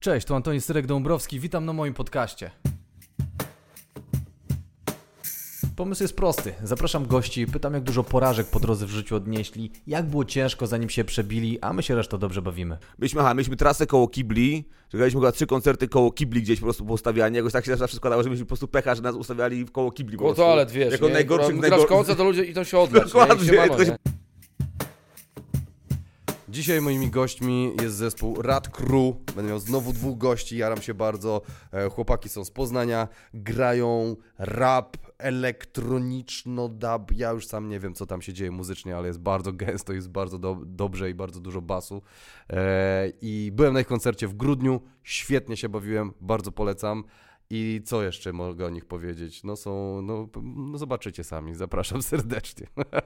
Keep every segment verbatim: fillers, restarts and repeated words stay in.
Cześć, tu Antoni Syrek-Dąbrowski, witam na moim podcaście. Pomysł jest prosty. Zapraszam gości, pytam jak dużo porażek po drodze w życiu odnieśli, jak było ciężko zanim się przebili, a my się resztą dobrze bawimy. Myśmy, aha, myśmy trasę koło kibli, że graliśmy chyba trzy koncerty koło kibli gdzieś po prostu postawiani, jakoś tak się zawsze składało, że myśmy po prostu pecha, że nas ustawiali koło kibli po Koło prostu. toalet, wiesz, jako nie? najgorszych, Grasz najgor... koncert, to ludzie idą się oddać, Dokładnie, nie? I siemano, to się- nie? Dzisiaj moimi gośćmi jest zespół Rad Crew. Będę miał znowu dwóch gości, jaram się bardzo. E, Chłopaki są z Poznania, grają rap, elektroniczno-dub. Ja już sam nie wiem, co tam się dzieje muzycznie, ale jest bardzo gęsto, jest bardzo do, dobrze i bardzo dużo basu. E, I byłem na ich koncercie w grudniu, świetnie się bawiłem, bardzo polecam. I co jeszcze mogę o nich powiedzieć? No są, no, no zobaczycie sami, zapraszam serdecznie.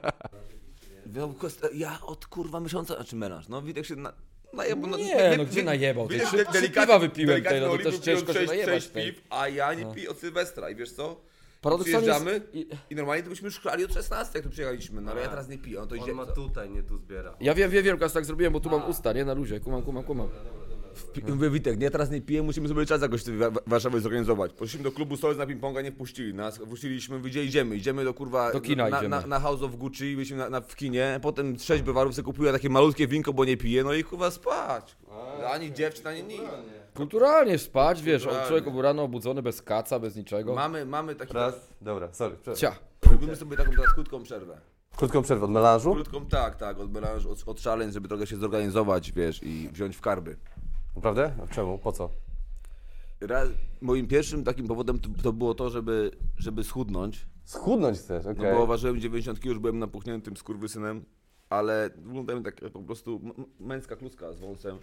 No, ja od kurwa miesiąca, znaczy melanż, no Witek się na... najebał. No, Nie, no gdzie najebał? Witek Trzy- trzy delikatnie- piwa wypiłem delikatnie tutaj, no to na też Olimpiu ciężko się piłem najebać sześć tutaj. piw, a ja nie No. piję od Sylwestra i wiesz co? Paradoksalnie Przyjeżdżamy jest- i- i normalnie to byśmy już chlali od szesnastej, jak tu przyjechaliśmy, no ale ja teraz nie piję, no to idzie... tutaj, nie tu zbiera. Ja wiem, wiem, wiem, tak zrobiłem, bo tu mam usta, nie? Na luzie, kumam, kumam, kumam. Mówię, Witek, nie, teraz nie piję, musimy sobie czas jakoś w Wa- Warszawie zorganizować. Poszliśmy do klubu Solec na ping-ponga, nie wpuścili nas, wpuściliśmy, gdzie idziemy, idziemy do kurwa, Do kina na, idziemy. na, na House of Gucci, byliśmy na, na, w kinie, potem sześć browarów sobie kupiła takie malutkie winko, bo nie pije, no i kurwa spać. Ani dziewczyn, ani nic. Kulturalnie spać, wiesz, Kulturalnie. człowiek był rano obudzony, bez kaca, bez niczego. Mamy, mamy taki, Raz, dobra, sorry. Cia. robimy sobie taką teraz krótką przerwę. Krótką przerwę od melanżu? Krótką, tak, tak, od melanżu, od, od challenge, żeby trochę się zorganizować, wiesz, i wziąć w karby. Naprawdę? A czemu? Po co? Raz, moim pierwszym takim powodem to, to było to, żeby, żeby schudnąć. Schudnąć chcesz, okej. No bo ważyłem dziewięćdziesiąt kilogramów, już byłem napuchniętym skurwysynem, ale wyglądałem tak po prostu m- męska kluska z wąsem.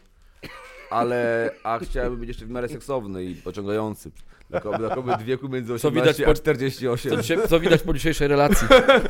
Ale, a chciałem być jeszcze w miarę seksowny i pociągający. Dla kobiet, dla kobiet w wieku między Co widać osiemnaście po- a czterdzieści osiem. Co, dzisiaj, co widać po dzisiejszej relacji?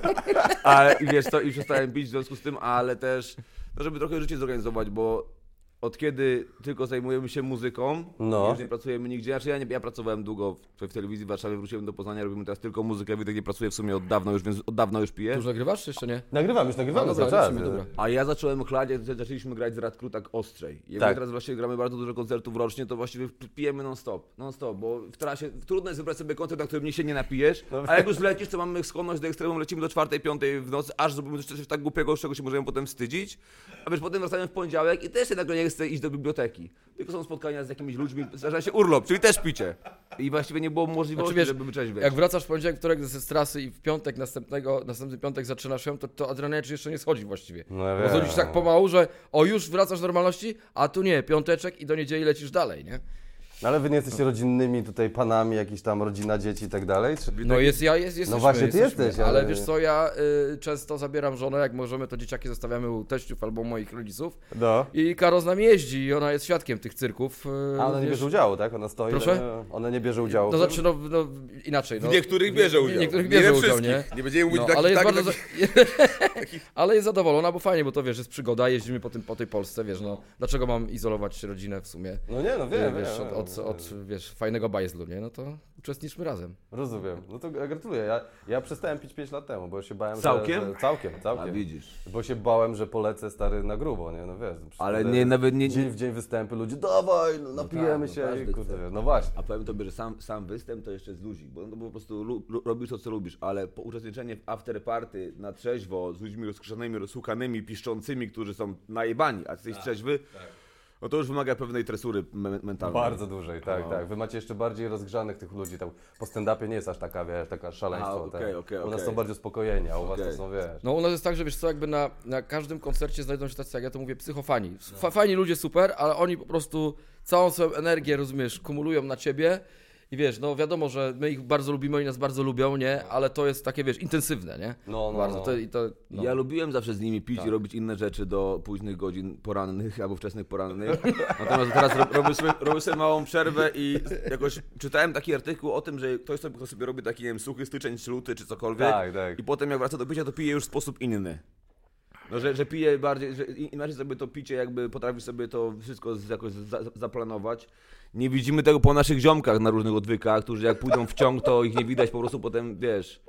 Ale i wiesz co, i przestałem pić w związku z tym, ale też, no żeby trochę życie zorganizować, bo od kiedy tylko zajmujemy się muzyką, No. już nie pracujemy nigdzie, znaczy ja, nie, ja pracowałem długo w, w telewizji w Warszawie, wróciłem do Poznania, robimy teraz tylko muzykę, Witek nie pracuje w sumie od dawna już, więc od dawna już piję. Już nagrywasz, czy jeszcze nie? Nagrywam, już nagrywamy No dobra, cały czas. lecimy, dobra. A ja zacząłem chlać, jak zaczęliśmy grać z Rad Crew tak ostrzej. Jak Tak. my teraz właśnie gramy bardzo dużo koncertów rocznie, to właściwie pijemy non stop, non stop, bo w trasie trudno jest wybrać sobie koncert, na którym nie się nie napijesz, a jak już lecisz, to mamy skłonność do ekstremum, lecimy do czwartej, piątej w nocy, aż zrobimy coś tak głupiego, z czego się możemy potem wstydzić, a wiesz, potem wracamy w poniedziałek i też się nagle nie chce iść do biblioteki, tylko są spotkania z jakimiś ludźmi, zdarza się urlop, czyli też picie. I właściwie nie było możliwości, Znaczy, wiesz, żeby trzeźwieć. Jak wracasz w poniedziałek, wtorek ze trasy i w piątek następnego, następny piątek zaczynasz ją, to, to adrenalina jeszcze nie schodzi właściwie. No ja Bo wiem. chodzisz tak pomału, że o już wracasz do normalności, a tu nie, piąteczek i do niedzieli lecisz dalej, nie? No ale wy nie jesteście rodzinnymi tutaj panami, jakiś tam rodzina, dzieci i tak dalej? Czy... No jest, ja jest, jesteśmy, właśnie, ty jesteśmy, jesteś, ale... ale- wiesz co, ja y, często zabieram żonę, jak możemy, to dzieciaki zostawiamy u teściów albo u moich rodziców No. i Karo z nami jeździ i ona jest świadkiem tych cyrków. y, A ona nie wiesz. bierze udziału, tak? Ona stoi. Proszę? ale Ona nie bierze udziału. No znaczy, no, no inaczej. No. W niektórych bierze udział. W niektórych Nie bierze we udział, nie? wszystkich. Nie będziemy mówić No, takich, ale jest takich, bardzo takich... za... ale jest zadowolona, bo fajnie, bo to wiesz, jest przygoda, jeździmy po, tym, po tej Polsce, wiesz, no dlaczego mam izolować rodzinę w sumie? No nie, no wiem, wiesz, wiem, od, od, wiem. od wiesz, fajnego bajzlu, nie? No to uczestniczmy razem. Rozumiem. No to gratuluję. Ja, ja przestałem pić pięć lat temu, bo się bałem, Całkiem? Że, że... Całkiem, A całkiem. widzisz. Bo się bałem, że polecę stary na grubo, nie? No wiesz. Ale kurde, nie, nawet nie... Dzień w dzień występy, ludzie, dawaj, no, napijemy tak, się. no każdy I, kurde, chce. no właśnie. A powiem tobie, że sam, sam występ to jeszcze jest luzik, bo, no, bo po prostu lu, lu, robisz to, co lubisz, ale po uczestniczenie w afterparty na trzeźwo z ludźmi rozkrzeszonymi, rozhukanymi, piszczącymi, którzy są najebani, a ty jesteś trzeźwy, no to już wymaga pewnej tresury me mentalnej. Bardzo dużej, tak, No. tak. Wy macie jeszcze bardziej rozgrzanych tych ludzi. Tam po stand-upie nie jest aż taka, wiesz, taka szaleństwo. A, okej, tak. okej, U nas okej. są bardziej uspokojeni, a u was Okej. to są, wiesz. No u nas jest tak, że wiesz co, jakby na, na każdym koncercie znajdą się tacy, jak ja to mówię, psychofani. Fa- Fajni ludzie, super, ale oni po prostu całą swoją energię, rozumiesz, kumulują na ciebie i wiesz, no wiadomo, że my ich bardzo lubimy, oni nas bardzo lubią, nie? Ale to jest takie, wiesz, intensywne, nie? No, no, Bardzo. no. To, i to, no. Ja lubiłem zawsze z nimi pić Tak. i robić inne rzeczy do późnych godzin porannych albo wczesnych porannych. Natomiast teraz ro, robię, sobie, robię sobie małą przerwę i jakoś czytałem taki artykuł o tym, że ktoś sobie, kto sobie robi taki, nie wiem, suchy styczeń czy luty czy cokolwiek Tak, tak. i potem jak wraca do picia, to pije już w sposób inny. No, że, że pije bardziej, że inaczej sobie to picie, jakby potrafisz sobie to wszystko z, jakoś za, zaplanować. Nie widzimy tego po naszych ziomkach na różnych odwykach, którzy jak pójdą w ciąg, to ich nie widać, po prostu potem, wiesz,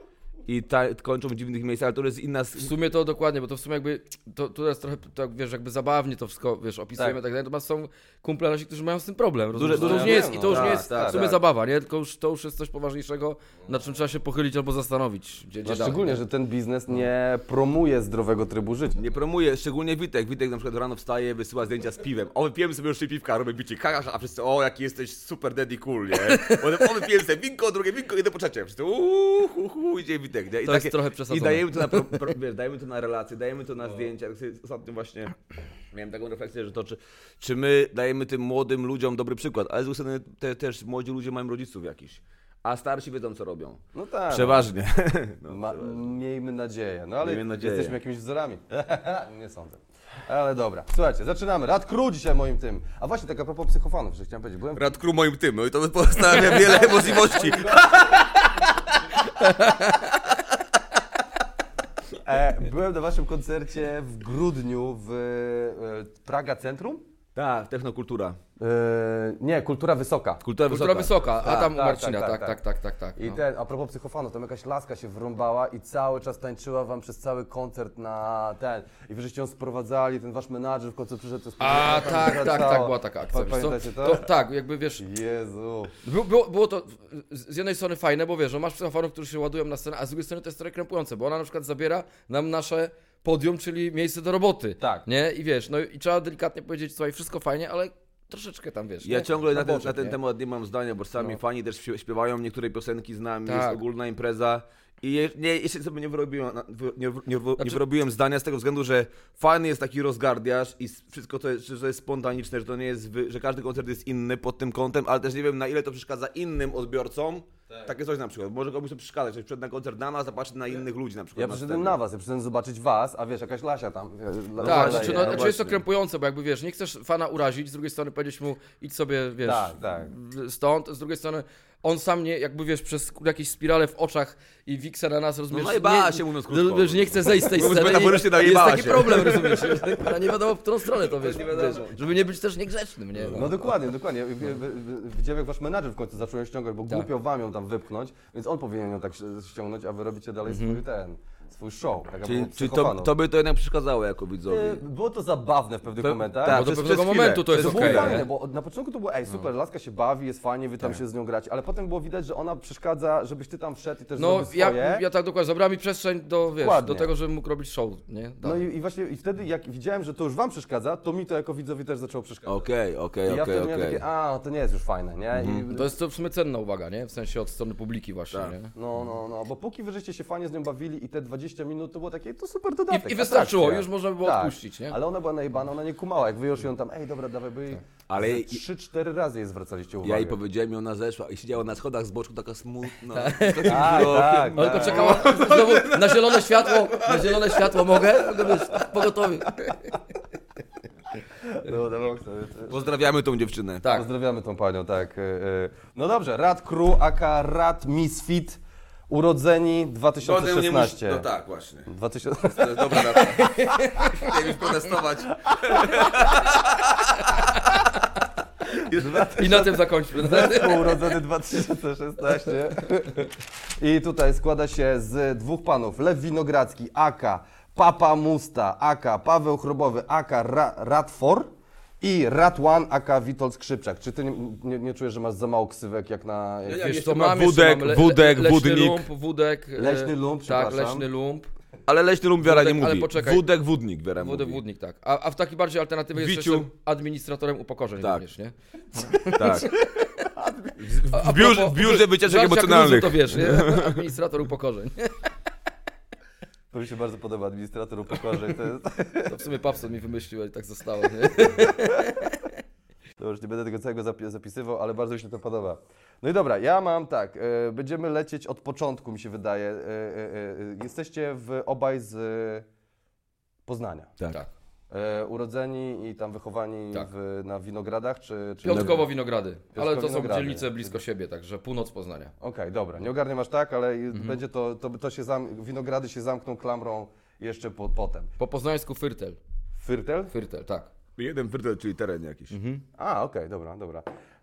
i ta, kończą w dziwnych miejscach, ale to jest inna... W sumie to dokładnie, bo to w sumie jakby, to, to jest trochę, tak wiesz, jakby zabawnie to wszystko, wiesz, opisujemy Tak. tak dalej, natomiast są kumple nasi, którzy mają z tym problem, rozumiesz? Duże- to już duże- nie jest, no, i to już tak, nie jest tak, w sumie tak. zabawa, nie? Tylko już, to już jest coś poważniejszego, nad czym trzeba się pochylić albo zastanowić, gdzie, gdzie No, dalej, szczególnie, nie? że ten biznes nie promuje zdrowego trybu życia. Nie promuje, szczególnie Witek. Witek na przykład rano wstaje, wysyła zdjęcia z piwem. O, wypijemy sobie już trzy piwka, robię bicie, kakasz, a wszyscy, o, jaki jesteś super daddy cool, nie? Potem, o, wypijemy sobie winko, drugie winko, idę po trzecie. Wszyscy, uuu, hu, hu, idzie Witek, nie? I To jest trochę przesadzone. I dajemy to na, pro, pro, wiesz, dajemy to na relacje, dajemy to na zdjęcia. Tak sobie ostatnio właśnie miałem taką refleksję, że to, czy, czy my dajemy tym młodym ludziom dobry przykład, ale z drugiej strony te, też młodzi ludzie mają rodziców jakichś, a starsi wiedzą, co robią. No tak. Przeważnie. No, Ma, miejmy nadzieję. No ale Miejmy nadzieję. jesteśmy jakimiś wzorami. Nie sądzę. Ale dobra. Słuchajcie, zaczynamy. Rad Kru dzisiaj moim tym. A właśnie tak a propos psychofanów, że chciałem powiedzieć. Byłem... Radkru moim tym, no i to pozostawia wiele możliwości. E, byłem na waszym koncercie w grudniu w e, Praga Centrum. Tak, technokultura. E, nie, Kultura Wysoka. Kultura, Kultura wysoka, a Tak, tam u tak, Marcina, tak, tak, tak, tak, tak, tak, tak. I no. ten, a propos psychofanów, tam jakaś laska się wrąbała i cały czas tańczyła wam przez cały koncert na ten. I wy żeście ją sprowadzali, ten wasz menadżer w końcu przyszedł. to A tam tak, tak, wracała. tak, była taka akcja. Pa- wiesz co? Pamiętacie to? To, tak, jakby wiesz, Jezu. Było, było, było to z jednej strony fajne, bo wiesz, że masz psychofanów, którzy się ładują na scenę, a z drugiej strony to jest trochę krępujące, bo ona na przykład zabiera nam nasze podium, czyli miejsce do roboty. Tak. Nie? I wiesz, no i trzeba delikatnie powiedzieć, słuchaj, wszystko fajnie, ale troszeczkę tam wiesz. Ja nie? ciągle na ten, boczek, na ten nie? temat nie mam zdania, bo sami No. fani też śpiew- śpiewają niektóre piosenki z nami, Tak. jest ogólna impreza. I je, nie, jeszcze sobie nie wyrobiłem, na- wy- nie, nie, nie, Znaczy- wyrobiłem zdania z tego względu, że fajny jest taki rozgardiaż i s- wszystko to jest, że to jest spontaniczne, że to nie jest, wy, że każdy koncert jest inny pod tym kątem, ale też nie wiem na ile to przeszkadza innym odbiorcom. Takie coś na przykład. Może komuś to przeszkadzać, ktoś przyszedł na koncert na nas, a patrzy na innych ludzi na przykład. Ja na przyszedłem scenie. na was, ja przyszedłem zobaczyć was, a wiesz, jakaś Lasia tam. wiesz, la- Tak, la- znaczy, la- no, la- znaczy jest to właśnie. krępujące, bo jakby wiesz, nie chcesz fana urazić, z drugiej strony powiedzieć mu idź sobie, wiesz, Tak, tak. stąd, z drugiej strony on sam nie, jakby wiesz, przez jakieś spirale w oczach i wiksa na nas, rozumiesz, No najebała nie, się, mówiąc krótko. Wiesz, nie chce zejść z tej Mówiąc sceny metaforycznie, i najebała jest taki się. problem, rozumiesz, a nie wiadomo w którą stronę to wiesz, wiesz, żeby nie być też niegrzecznym, nie? No dokładnie, dokładnie. W- w- w- Widziałem jak wasz menadżer w końcu zaczął ją ściągać, bo Tak. głupio wam ją tam wypchnąć, więc on powinien ją tak ś- ściągnąć, a wy robicie dalej swój ten, swój show. Tak a Czyli, propos czyli to, psychofanów. to by to jednak przeszkadzało jako widzowi. E, Było to zabawne w pewnych Pe- momentach. tak, Bo do przez- pewnego przez chwilę. momentu to jest To było okej, fajne, nie? bo na początku to było, ej super, laska się bawi, jest fajnie, wy tam Tak. się z nią grać, ale potem było widać, że ona przeszkadza, żebyś ty tam wszedł i też No zrobił swoje. ja, ja tak dokładnie, zabrała mi przestrzeń do, wiesz, Dokładnie. do tego, żebym mógł robić show, nie? No Dalej. i, i właśnie i wtedy jak widziałem, że to już wam przeszkadza, to mi to jako widzowi też zaczęło przeszkadzać. Okej, okej, I ja okej, wtedy miałem okej. takie, a to nie jest już fajne, nie? I, To jest to w sumie cenna uwaga, nie? W sensie od strony publiki właśnie, Tak. nie? No, no, no, bo póki wy żeście się fajnie z nią bawili i te dwadzieścia minut to było takie, to super dodatek. I, I wystarczyło, atrakcja. już można było Tak. odpuścić, nie? Ale ona była najebana, ona nie kumała, jak wy już ją tam, ej dobra, dawaj, by jej Ale jej- trzy, cztery razy jej zwracaliście uwagę. Ja jej powiedziałem i ona zeszła i siedziała na schodach z boczku taka smutna. Tak, tak, Ona tylko tak. czekała znowu na zielone światło, na zielone światło mogę? Mogę być pogotowy. No, dawaj sobie. Pozdrawiamy tą dziewczynę. Tak. Pozdrawiamy tą panią, tak. e, e. No dobrze, Rad Crew, aka Rad Misfit, urodzeni dwa tysiące szesnaście. No tak, właśnie. dwa tysiące... To jest dobra data. Nie wiem, protestować. I na tym zakończmy. Zespół urodzony dwa tysiące szesnaście. I tutaj składa się z dwóch panów. Lew Winogradzki, aka Papa Musta, aka Paweł Chrobowy, aka Ra Radfor i Radwan, aka Witold Skrzypczak. Czy ty nie, nie, nie czujesz, że masz za mało ksywek jak na... Ja- Wiesz jeszcze co, ma mam jeszcze, wódek, mam le, wódek, leśny wódnik. lump, wódek. e, Leśny lump, Tak, przepraszam. leśny lump. Ale leśny lump wiara nie Wódek, ale mówi. poczekaj. Wódek, wódnik wiara Wódek, mówi. wódnik, tak. A, a w takiej bardziej alternatywie jest Wiciu. jeszcze administratorem upokorzeń Tak. również, nie? Tak. A, a W biurze, propos- w biurze wycieczek Żarcia emocjonalnych. Gruzu to wiesz, nie? Administrator upokorzeń. To mi się bardzo podoba, administrator upokorzeń. To jest... To w sumie Papson mi wymyślił i tak zostało, nie? To już nie będę tego całego zapi- zapisywał, ale bardzo mi się to podoba. No i dobra, ja mam tak, e, będziemy lecieć od początku, mi się wydaje. E, e, e, jesteście w, obaj z e, Poznania. Tak. Tak. E, urodzeni i tam wychowani Tak. w, na Winogradach, czy... czy Piątkowo Winogrady, ale to są Winogrady. dzielnice blisko siebie, także północ Poznania. Okej, dobra, nie ogarniam aż tak, ale będzie to, to, to się zam... Winogrady się zamkną klamrą jeszcze po, potem. Po poznańsku Fyrtel. Fyrtel? Fyrtel, tak. Jeden frytel, czyli teren jakiś. A, okej, dobra, dobra.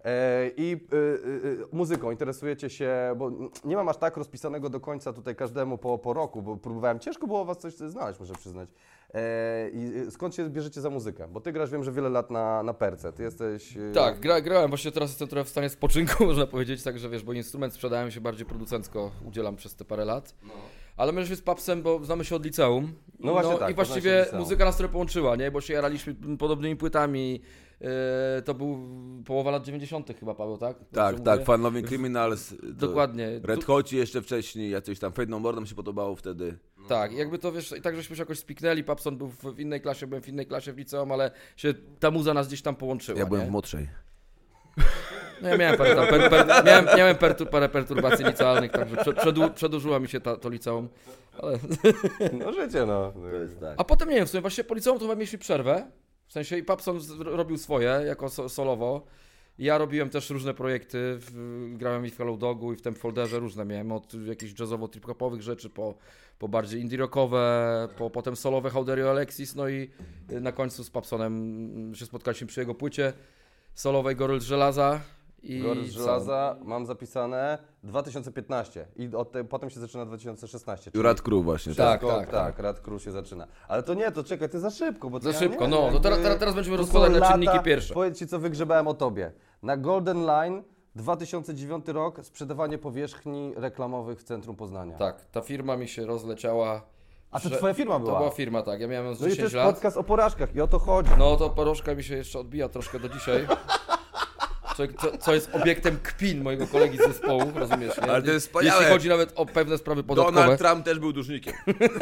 E, I y, y, muzyką interesujecie się, bo nie mam aż tak rozpisanego do końca tutaj każdemu po, po roku, bo próbowałem, ciężko było was coś znaleźć, muszę przyznać. E, I skąd się bierzecie za muzykę? Bo ty grasz, wiem, że wiele lat na, na perce, ty jesteś... y, Tak, gra, grałem, właśnie teraz jestem trochę w stanie spoczynku, można powiedzieć, także wiesz, bo instrument sprzedałem się bardziej producencko, udzielam przez te parę lat. No. Ale my żeśmy z Papsem, bo znamy się od liceum. No właśnie tak, I poznaliście właściwie od liceum. muzyka nas trochę połączyła, nie? Bo się jaraliśmy podobnymi płytami. Yy, to był połowa lat dziewięćdziesiątych chyba, Paweł, tak? Dobrze Tak, mówię? tak, Fun Loving Criminals. to Dokładnie. Red Tu- Hot jeszcze wcześniej, jacyś tam Fate No More nam się podobało wtedy. Tak, jakby to wiesz, i tak żeśmy się jakoś spiknęli, Papson był w, w innej klasie, byłem w innej klasie w liceum, ale się ta muza nas gdzieś tam połączyła, Ja byłem nie? w młodszej. No ja miałem parę, tam, per, per, miałem, miałem pertur, parę perturbacji licealnych, także przed, przedłu, przedłużyła mi się ta, to liceum. Ale... No życie, no. To jest tak. A potem nie wiem, w sumie właśnie po liceum to chyba mieliśmy przerwę, w sensie i Papson z- robił swoje jako so, solowo. Ja robiłem też różne projekty, w, grałem i w Hello Dogu i w tym folderze różne miałem, od jakichś jazzowo-trip-hopowych rzeczy po, po bardziej indie rockowe, po potem solowe Hauderio Alexis, no i na końcu z Papsonem się spotkaliśmy przy jego płycie solowej Goryl z Żelaza. I Gory z co? żelaza mam zapisane dwa tysiące piętnaście i od te, potem się zaczyna dwa tysiące szesnaście. czyli Rad Crew właśnie. Tak, wszystko- tak, tak, Rad Crew się zaczyna. Ale to nie, to czekaj, to za szybko, bo to Za ja szybko, nie no, wiem, to teraz, jakby- teraz, teraz będziemy to rozkładać są na czynniki lata- pierwsze. Powiedz ci, co wygrzebałem o tobie. Na Golden Line dwa tysiące dziewiąty rok, sprzedawanie powierzchni reklamowych w centrum Poznania. Tak, ta firma mi się rozleciała. A to że- twoja firma była? To była firma, tak, ja miałem ją z No i to dziesięć jest lat. podcast o porażkach i o to chodzi. No to porożka mi się jeszcze odbija troszkę do dzisiaj. Co, co, co jest obiektem kpin mojego kolegi z zespołu, rozumiesz? Nie? Ale to jest wspaniałe. Jeśli chodzi nawet o pewne sprawy podatkowe. Donald Trump też był dłużnikiem.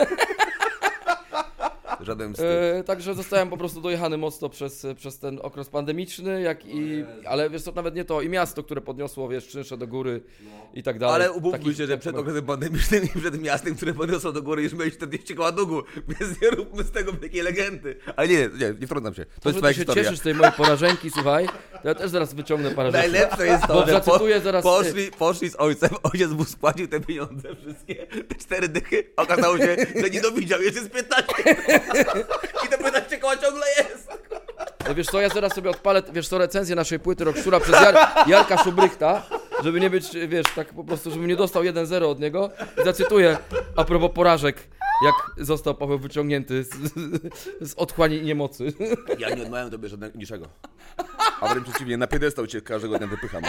Żaden wstyd. E, także zostałem po prostu dojechany mocno przez, przez ten okres pandemiczny, jak i, ale wiesz co, nawet nie to, i miasto, które podniosło, wiesz, czynsze do góry i tak dalej. Ale umówmy Takich- się, że przed okresem pandemicznym i przed miastem, które podniosło do góry, już mieli czterdzieści koła długu, więc nie róbmy z tego wielkiej legendy. Ale nie, nie, nie wtrącam się. To To, jest że twoja ty się historia. cieszysz z tej mojej porażenki, słuchaj, to ja też zaraz wyciągnę parę rzeczy. Najlepsze jest Bo to, że zacytuję zaraz- poszli, poszli z ojcem, ojciec mu spłacił te pieniądze wszystkie, te cztery dychy, okazało się, że nie dowidział, jeszcze z piętnaście. I te piętnaście koła ciągle jest. No wiesz co, ja zaraz sobie odpalę, wiesz co, recenzję naszej płyty Rok Szczura przez Jar Jarka Szubrychta, żeby nie być, wiesz, tak po prostu, żebym nie dostał jeden zero od niego. I zacytuję a propos porażek, jak został Paweł wyciągnięty z, z otchłani i niemocy. Ja nie odmawiam tobie żadnego niczego. A wręcz przeciwnie, na piedestał cię każdego dnia wypycham.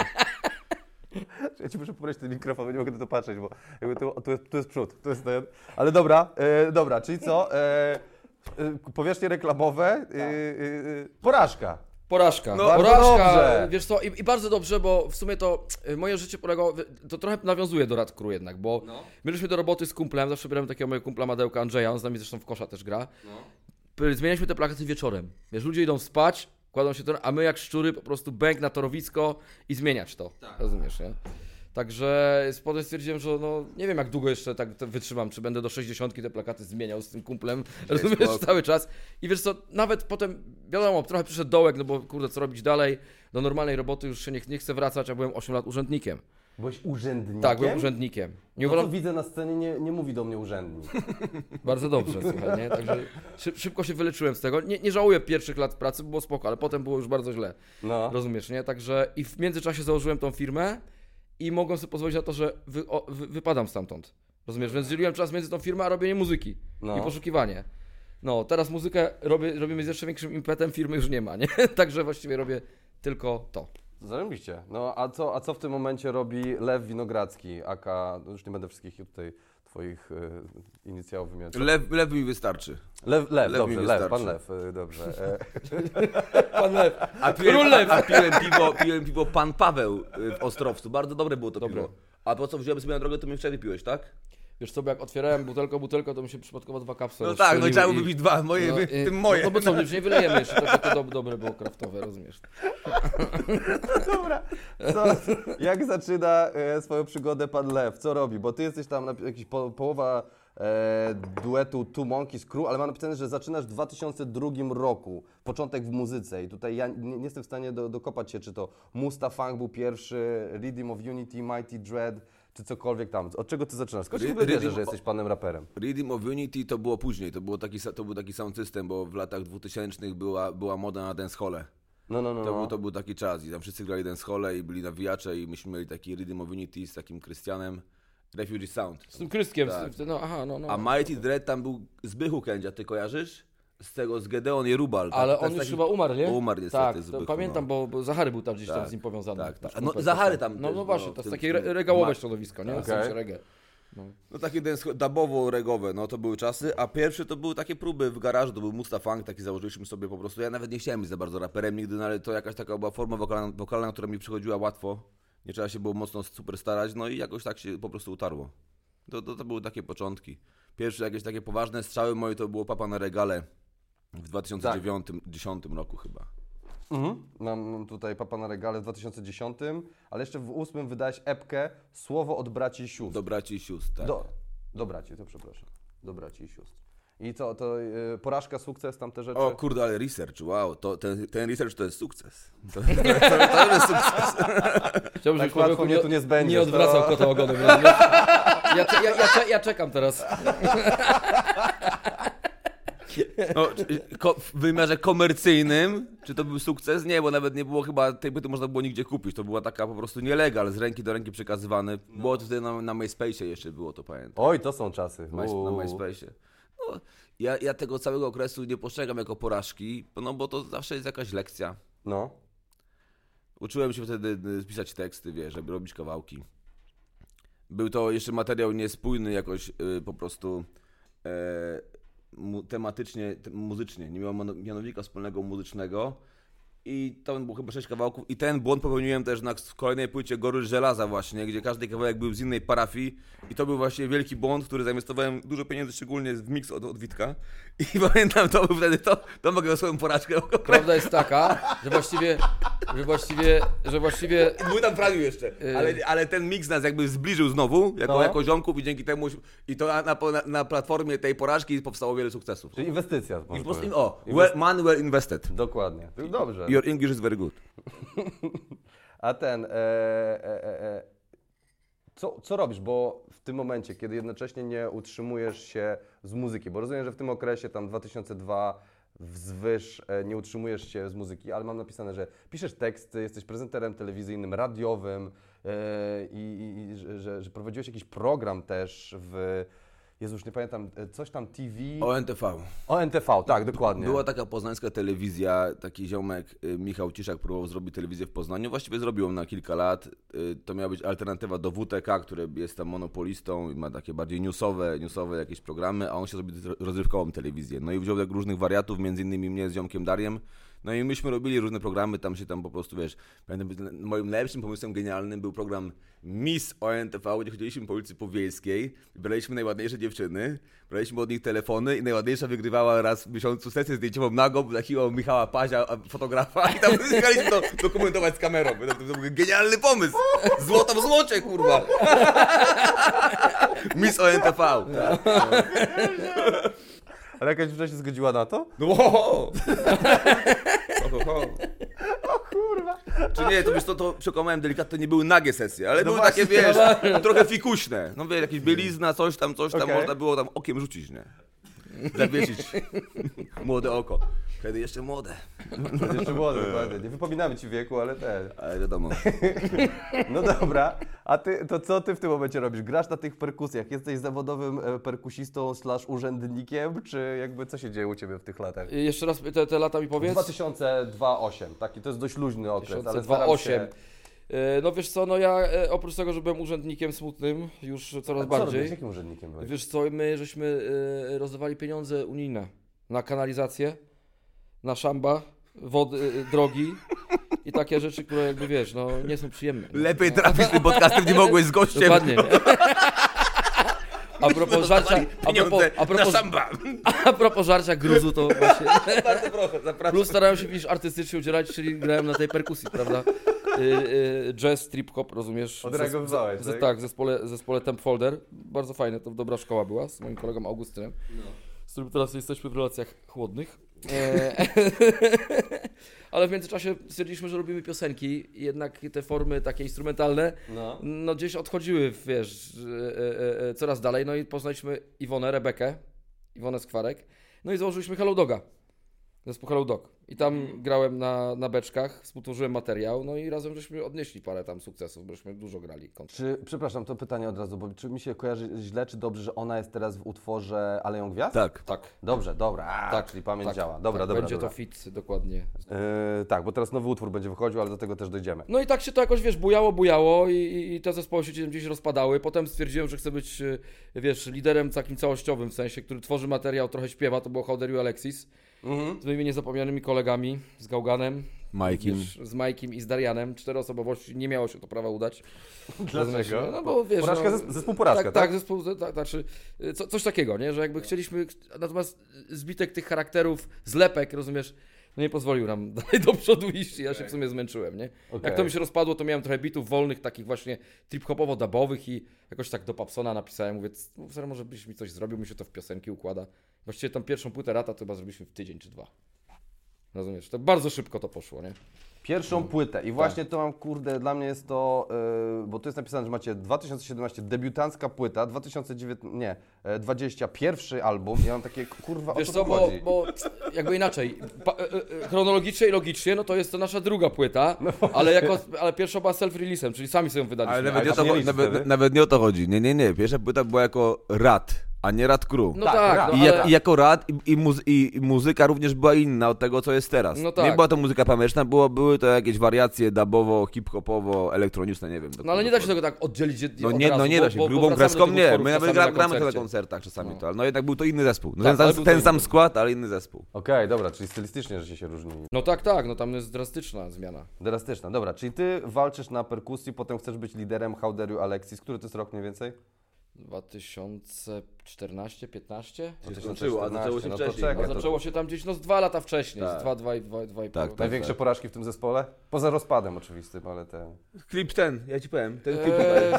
Ja ci muszę pobrać ten mikrofon, bo nie mogę na to patrzeć, bo jakby tu, tu, jest, tu jest przód, tu jest ten. Ale dobra, e, dobra, czyli co? E, e, powierzchnie reklamowe, e, e, e, porażka. Porażka. No, bardzo Porażka, dobrze. wiesz co, i, i bardzo dobrze, bo w sumie to y, moje życie polegało, to trochę nawiązuje do Rad Crew jednak, bo No. byliśmy do roboty z kumplem, zawsze brałem takiego mojego kumpla Madełka Andrzeja, on z nami zresztą w kosza też gra. No. P- Zmienialiśmy te plakaty wieczorem. Wiesz, ludzie idą spać, kładą się to, a my jak szczury po prostu bęk na torowisko i zmieniać to. Tak. Rozumiesz, nie? Także potem stwierdziłem, że no nie wiem jak długo jeszcze tak to wytrzymam, czy będę do sześćdziesiątki te plakaty zmieniał z tym kumplem, rozumiesz, spoko. cały czas. I wiesz co, nawet potem, wiadomo, trochę przyszedł dołek, no bo kurde, co robić dalej, do normalnej roboty już się nie, nie chcę wracać, a byłem osiem lat urzędnikiem. Byłeś urzędnikiem? Tak, byłem urzędnikiem. Nie No to uważam, widzę na scenie, nie, nie mówi do mnie urzędnik. bardzo dobrze, słuchaj, nie? Także szyb, szybko się wyleczyłem z tego. Nie, nie żałuję pierwszych lat pracy, było spoko, ale potem było już bardzo źle. No. Rozumiesz, nie? Także i w międzyczasie założyłem tą firmę i mogłem sobie pozwolić na to, że wy, o, wy, wypadam stamtąd. Rozumiesz, więc dzieliłem czas między tą firmą a robienie muzyki No. i poszukiwanie. No, teraz muzykę robię, robimy z jeszcze większym impetem, firmy już nie ma, nie? Także właściwie robię tylko to. Zarobiście. No a co, a co w tym momencie robi Lew Winogradzki, aka, no już nie będę wszystkich tutaj twoich y, inicjałów wymieniać. Lew, lew mi wystarczy. Lew, lew, Lew dobrze, mi Lew, wystarczy. pan Lew, y, dobrze. E, Pan Lew. A piłem, Król Lew. a, a piłem, piwo, piłem piwo Pan Paweł y, w Ostrowcu. Bardzo dobre było to Dobre. piwo. A po co wziąłem sobie na drogę, to mnie wczoraj piłeś, tak? Wiesz co, bo jak otwierałem butelkę, butelkę, to mi się przypadkowo dwa kapsle No tak, no i rozstrzeliły trzeba było wypić dwa, moje, no, wy, i- tym moje. No bo co, już nie wylejemy jeszcze, to takie do, dobre było kraftowe, rozumiesz? Dobra, co, jak zaczyna e, swoją przygodę pan Lew? Co robi? Bo ty jesteś tam na, jakiś po, połowa e, duetu Two Monkeys Crew, ale mam napisane, że zaczynasz w dwa tysiące drugim roku, początek w muzyce i tutaj ja nie, nie jestem w stanie do, dokopać się, czy to Musta Funk był pierwszy, Rhythm of Unity, Mighty Dread, czy cokolwiek tam. Od czego ty zaczynasz? Skąd się w ogóle Rhythm- bierze, że jesteś panem raperem? Rhythm of Unity to było później, to, było taki, sa- to był taki sound system, bo w latach dwutysięcznych była, była moda na dancehalle. No, no, no. To, no. był, to był taki czas i tam wszyscy grali dancehall i byli nawijacze i myśmy mieli taki Rhythm of Unity z takim Krystianem, Refugee Sound. Z tym Krystkiem, Tak. z tym, no aha, no, no. A Mighty Dread tam był Zbychu Kędzia, ty kojarzysz? Z tego, z Gedeon Jerubal. Ale tak, on już chyba umarł, nie? Umarł niestety, Tak, to Zbychu, pamiętam, no. bo, bo Zachary był tam gdzieś tam Tak, z nim powiązany. tak, tak. Nasz No, kumpel Zachary też tam No, też, no właśnie, no, to w jest tym- takie w tym- re- regałowe Ma- środowisko, nie? Okej. W sensie reggae. No. No takie dance- dubowo-regowe, no to były czasy, a pierwsze to były takie próby w garażu, to był Musta Funk, taki założyliśmy sobie po prostu, ja nawet nie chciałem być za bardzo raperem nigdy, no ale to jakaś taka była forma wokalna, wokalna, która mi przychodziła łatwo, nie trzeba się było mocno super starać, no i jakoś tak się po prostu utarło. To, to, to były takie początki. Pierwsze jakieś takie poważne strzały moje to było Papa na regale w dwa tysiące dziewiątym dziesiątym roku chyba. Mhm. Mam tutaj Papa na regale w dwa tysiące dziesiątym, ale jeszcze w ósmym wydałeś epkę Słowo od braci i sióstr. Do braci i sióstr, tak. Do, do braci, to przepraszam. Do braci i sióstr. I co, to y, porażka, sukces, tamte rzeczy? O kurde, ale research, wow, to, ten, ten research to jest sukces. To, to, to, to jest sukces. Chciałbym, Tak żebyś łatwo człowieku mnie tu nie zbędziesz, nie odwracał to- kota ogonem. rozumiesz? Ja, cze- ja, ja, cze- ja czekam teraz. No, czy- ko, w wymiarze komercyjnym, czy to był sukces? Nie, bo nawet nie było chyba, tej płyty można było nigdzie kupić. To była taka po prostu nielegal, z ręki do ręki przekazywane. Było to wtedy na, na MySpace'ie jeszcze było to, pamiętam. Oj, to są czasy. My, na Uuu. MySpace'ie. No, ja, ja tego całego okresu nie postrzegam jako porażki, no bo to zawsze jest jakaś lekcja. No. Uczyłem się wtedy y, pisać teksty, wiesz, żeby robić kawałki. Był to jeszcze materiał niespójny jakoś y, po prostu e, mu, tematycznie, te, muzycznie. Nie miał mano- mianownika wspólnego muzycznego. I tam było chyba sześć kawałków. I ten błąd popełniłem też na kolejnej płycie Goryl Żelaza właśnie, gdzie każdy kawałek był z innej parafii. I to był właśnie wielki błąd, w który zainwestowałem dużo pieniędzy, szczególnie w mix od, od Witka. I pamiętam, to był wtedy to, to mogę swoją porażkę. Prawda jest taka, że właściwie, że właściwie, że właściwie Był tam Franiu jeszcze, ale, ale ten mix nas jakby zbliżył znowu, jako, No. jako ziomków i dzięki temu, i to na, na, na platformie tej porażki powstało wiele sukcesów. Czyli inwestycja. I można po prostu, powiedzieć. o, well, money well invested. Dokładnie. Dobrze. Your English is very good. A ten, e, e, e, e, co, co robisz, bo w tym momencie, kiedy jednocześnie nie utrzymujesz się z muzyki, bo rozumiem, że w tym okresie, tam dwa tysiące drugi wzwyż, e, nie utrzymujesz się z muzyki, ale mam napisane, że piszesz teksty, jesteś prezenterem telewizyjnym, radiowym e, i, i, i że, że, że prowadziłeś jakiś program też w, Jezu, już nie pamiętam, e, coś tam T V... O N T V. O N T V, tak, dokładnie. Była taka poznańska telewizja, taki ziomek, y, Michał Ciszak, próbował zrobić telewizję w Poznaniu. Właściwie zrobił ją na kilka lat. Y, To miała być alternatywa do W T K, który jest tam monopolistą i ma takie bardziej newsowe, newsowe jakieś programy, a on się zrobił rozrywkową telewizję. No i wziął tak różnych wariatów, między innymi mnie z ziomkiem Dariem. No i myśmy robili różne programy, tam się tam po prostu, wiesz, pamiętam, moim najlepszym pomysłem genialnym był program Miss O N T V, gdzie chodziliśmy po ulicy Powiejskiej, braliśmy najładniejsze dziewczyny, braliśmy od nich telefony i najładniejsza wygrywała raz w miesiącu sesję zdjęciową nagą, takiego Michała Pazia, fotografa i tam jechaliśmy to dokumentować z kamerą. To, to, to był genialny pomysł! Złoto w złocie, kurwa! Miss O N T V. Ale jakaś dziewczyna się zgodziła na to? No, ho, ho. Ho, ho, ho. O kurwa. Czy nie, to wiesz, to, to przekonałem delikatnie, nie były nagie sesje, ale No były właśnie, takie, wiesz, trochę fikuśne. No wiesz, jakieś bielizna, coś tam, coś tam, Okej. można było tam okiem rzucić, nie? Zawiesić młode oko. Wtedy jeszcze młode, To jest jeszcze młody, dokładnie. Nie wypominamy ci wieku, ale ten. ale wiadomo. No dobra, a ty, to co ty w tym momencie robisz? Grasz na tych perkusjach? Jesteś zawodowym e, perkusistą slash urzędnikiem, czy jakby co się dzieje u ciebie w tych latach? jeszcze raz te, te lata mi powiedz. dwa tysiące dwa osiem, taki to jest dość luźny okres, ale dwa tysiące staram osiem. się... E, No wiesz co, no ja e, oprócz tego, że byłem urzędnikiem smutnym już coraz A co bardziej. robisz? Jakim urzędnikiem byłeś? Wiesz co, my żeśmy e, rozdawali pieniądze unijne na kanalizację, na szamba, wody, e, drogi i takie rzeczy, które jakby wiesz, no nie są przyjemne. Lepiej trafić z tym podcastem, nie mogłeś z gościem. Dokładnie. A propos żarcia, a propos, Pieniądze a propos, na szamba. a propos żarcia gruzu, to właśnie. Bardzo proszę, zapraszam. Plus starałem się widzisz, artystycznie udzielać, czyli grałem na tej perkusji, prawda? Y, y, jazz, trip hop, rozumiesz? Odreagowywałeś, Zes- zes- tak? Tak, w zespole, zespole Temp Folder. Bardzo fajne, to dobra szkoła była z moim kolegą Augustynem, z którym teraz jesteśmy w relacjach chłodnych. E, Ale w międzyczasie stwierdziliśmy, że robimy piosenki i jednak te formy takie instrumentalne No. no gdzieś odchodziły, wiesz, e, e, e, coraz dalej. No i poznaliśmy Iwonę, Rebekę, Iwonę Skwarek, no i założyliśmy Hello Doga. Zespół Hello Dog. I tam grałem na, na beczkach, współtworzyłem materiał, no i razem żeśmy odnieśli parę tam sukcesów, bośmy dużo grali. Czy, przepraszam, to pytanie od razu, bo czy mi się kojarzy źle, czy dobrze, że ona jest teraz w utworze Aleją Gwiazd? Tak. Tak. Dobrze, dobra, a, Tak, czyli pamięć tak, działa. Dobra, tak, dobra, będzie dobra. to fit dokładnie. Yy, tak, bo teraz nowy utwór będzie wychodził, ale do tego też dojdziemy. No i tak się to jakoś, wiesz, bujało, bujało i, i, i te zespoły się gdzieś rozpadały. Potem stwierdziłem, że chcę być, y, wiesz, liderem takim całościowym, w sensie, który tworzy materiał, trochę śpiewa, to było How Dare You Alexis. Mhm. Z moimi niezapomnianymi kolegami, z Gauganem, Majkiem. wiesz, z Majkiem i z Darianem. Cztery osobowości, nie miało się to prawa udać. Dlaczego? No bo wiesz, Porażka, no, zes- zespół porażka, tak? tak? zespół, tak, znaczy, y, co, coś takiego, nie? Że jakby chcieliśmy, natomiast zbitek tych charakterów, zlepek, rozumiesz, no nie pozwolił nam dalej do przodu iść i ja się w sumie zmęczyłem, nie? Okej. Jak to mi się rozpadło, to miałem trochę bitów wolnych, takich właśnie trip-hopowo-dubowych i jakoś tak do Papsona napisałem, mówię, serio, może byś mi coś zrobił, mi się to w piosenki układa. Właściwie tą pierwszą płytę Rata to chyba zrobiliśmy w tydzień czy dwa. Rozumiesz? To bardzo szybko to poszło, nie? Pierwszą płytę i właśnie to mam, kurde, dla mnie jest to, yy, bo tu jest napisane, że macie dwa tysiące siedemnaście debiutancka płyta, dwa tysiące dziewiętnaście, nie, e, dwadzieścia pierwszy album, ja mam takie, kurwa, Wiesz o co, co tu bo, chodzi? bo jakby inaczej, pa, e, e, chronologicznie i logicznie, no to jest to nasza druga płyta, ale jako, ale pierwsza była self-release'em, czyli sami sobie ją wydaliśmy. Ale nawet nie, o to to, nie cho- liczy nawet, wtedy? nawet nie o to chodzi. Nie, nie, nie. Pierwsza płyta była jako Rad, a nie Rad Crew. No Tak, tak, rap. no, I, ale, jak, I jako rad i, i, muzy- i, i muzyka również była inna od tego, co jest teraz. No tak. Nie była to muzyka pameryczna, było, były to jakieś wariacje dubowo, hip-hopowo, elektroniczne, nie wiem. no ale nie da się tego tak oddzielić od No od nie, razu, no nie bo- da się, bo- bo grubą wracamy kreską do tych nie. utworów My nawet czasami gra, na gramy sobie na koncercie. koncertach czasami, No. to, ale no jednak był to inny zespół. No Tak, ten ale sam, był ten to sam inny. skład, ale inny zespół. Okej, dobra, czyli stylistycznie, że się, się różni. No tak, tak, no tam jest drastyczna zmiana. Drastyczna, dobra, czyli ty walczysz na perkusji, potem chcesz być liderem How Dare You Alexis, który to jest rok mniej więcej? dwa tysiące czternaście piętnaście? Się skończyło, a zaczęło się no to wcześniej. czekaj, No, to- zaczęło się tam gdzieś no z dwa lata wcześniej, Tak. z dwa, dwa, i- dwa, dwa i pół. Tak, tak. Największe porażki w tym zespole? Poza rozpadem oczywistym, ale te... Klip ten, ja ci powiem, ten klip Eee,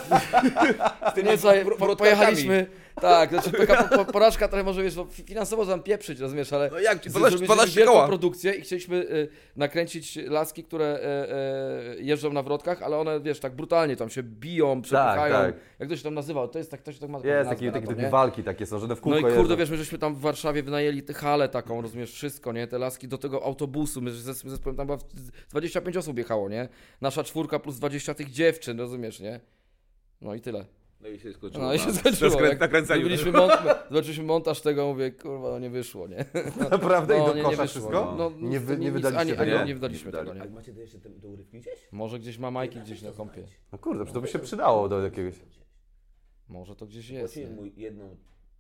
nie, słuchaj, po, pojechaliśmy, tak, znaczy taka po, po, porażka trochę może, wiesz, no, fi- finansowo tam pieprzyć, rozumiesz, ale No jak ci, z- dwanaście zrobiliśmy koła. wielką produkcję i chcieliśmy y, nakręcić laski, które e, e, jeżdżą na wrotkach, ale one, wiesz, tak brutalnie tam się biją, przepychają, tak. jak to się tam nazywa, to jest tak, to się tak ma taką Jest, nazwę takie, na takie, to, takie nie? walki takie są, że one w No kółko i kurde, jeżdżą. wiesz, my żeśmy tam w Warszawie wynajęli tę halę taką, rozumiesz, wszystko, nie, te laski do tego autobusu, my z zes- zespołem tam była w- dwadzieścia pięć osób jechało, nie, nasza czwórka plus dwadzieścia tych dziewczyn, rozumiesz, nie, no i tyle. No i się skończyło. No i się na- skończyło. na skrę- Jak nakręcaniu. Zrobiliśmy, mont, zobaczyliśmy montaż tego, mówię, kurwa, no nie wyszło, nie? Naprawdę No, i do nie, kosza nie wyszło. wszystko? No, nie, wy, nie nic, wydaliście ani, tego? ani nie wydaliśmy tego, nie? macie jeszcze te, te urywki gdzieś? Może gdzieś ma Majki gdzieś na kompie. No kurde, to by się przydało do jakiegoś... Może to gdzieś jest, nie? mój jedną...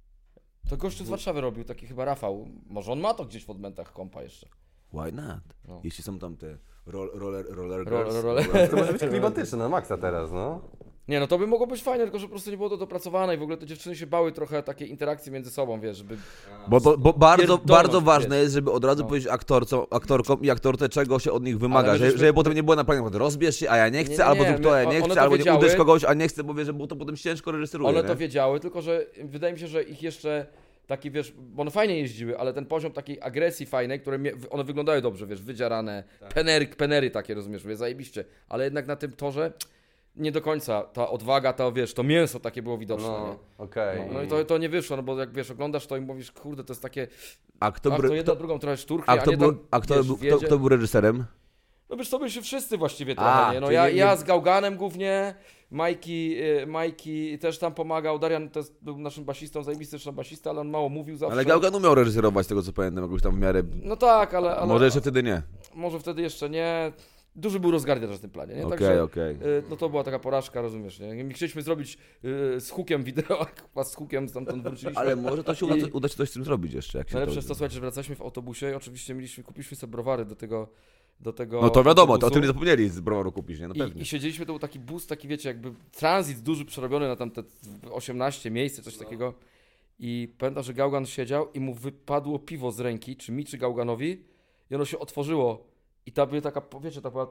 To gościu z Warszawy robił, taki chyba Rafał. Może on ma to gdzieś w odmętach kompa jeszcze. Why not? No. Jeśli są tam te roll, roller, roller, Roll- girls, roller- To może być klimatyczne na maksa teraz, no. Nie, no to by mogło być fajne, tylko że po prostu nie było to dopracowane i w ogóle te dziewczyny się bały trochę takiej interakcji między sobą, wiesz, żeby... Bo, bo, bo bardzo, Pierdolność, bardzo wiesz. ważne jest, żeby od razu No. powiedzieć aktorcom, aktorkom i aktorce, czego się od nich wymaga, Ale my żeby, żeśmy- żeby potem nie było na planie, rozbierz się, a ja nie chcę, Nie, nie, albo nie, zrób to, a ja my- nie one chcę, to albo nie wiedziały. uderz kogoś, a nie chcę, bo wie, że bo to potem ciężko reżyseruje, One nie? to wiedziały, tylko że wydaje mi się, że ich jeszcze taki, wiesz, bo one fajnie jeździły, ale ten poziom takiej agresji fajnej, które mie- one wyglądały dobrze, wiesz, wydziarane, penery, penery takie, rozumiesz, mówię, zajebiście, ale jednak na tym torze nie do końca ta odwaga, to wiesz, to mięso takie było widoczne, No, nie? okej. No, no i to, to nie wyszło, no bo jak wiesz, oglądasz to i mówisz, kurde, to jest takie, A kto, a bry- to jedna kto, drugą trochę szturchnie, a a, kto, nie był, tam, a kto, wiesz, był, kto, wiedzie. kto był reżyserem? No wiesz, to byliśmy wszyscy właściwie A, trochę, nie? No czyli ja, nie- ja z Gauganem głównie, Majki, y, Majki też tam pomagał, Darian to jest, był naszym basistą, zajebisty zresztą basista, ale on mało mówił zawsze. Ale Gaugan umiał reżyserować, z tego co pamiętam, jakoś tam w miarę... No tak, ale... ale Może jeszcze wtedy nie. Może wtedy jeszcze nie. Duży był rozgardiasz na tym planie, nie? Okej, Także, okej. y, no to była taka porażka, rozumiesz, nie? My chcieliśmy zrobić y, z hookiem wideo, a chyba z hookiem stamtąd wróciliśmy. Ale może to się uda, I- uda się coś z tym zrobić jeszcze, jak się Najlepsze to... jest to, słuchajcie, że wracaliśmy w autobusie i oczywiście mieliśmy, kupiliśmy sobie browary do tego, do tego No to wiadomo, to o autobusu. tym nie zapomnieli z browaru kupić, nie? No pewnie. I, I siedzieliśmy, to był taki bus, taki wiecie, jakby tranzyt duży, przerobiony na tam te osiemnaście miejsc, coś takiego. I pamiętam, że Gaugan siedział i mu wypadło piwo z ręki, czy mi, czy Gauganowi, i ono się otworzyło. I ta była taka, wiecie, ta była taka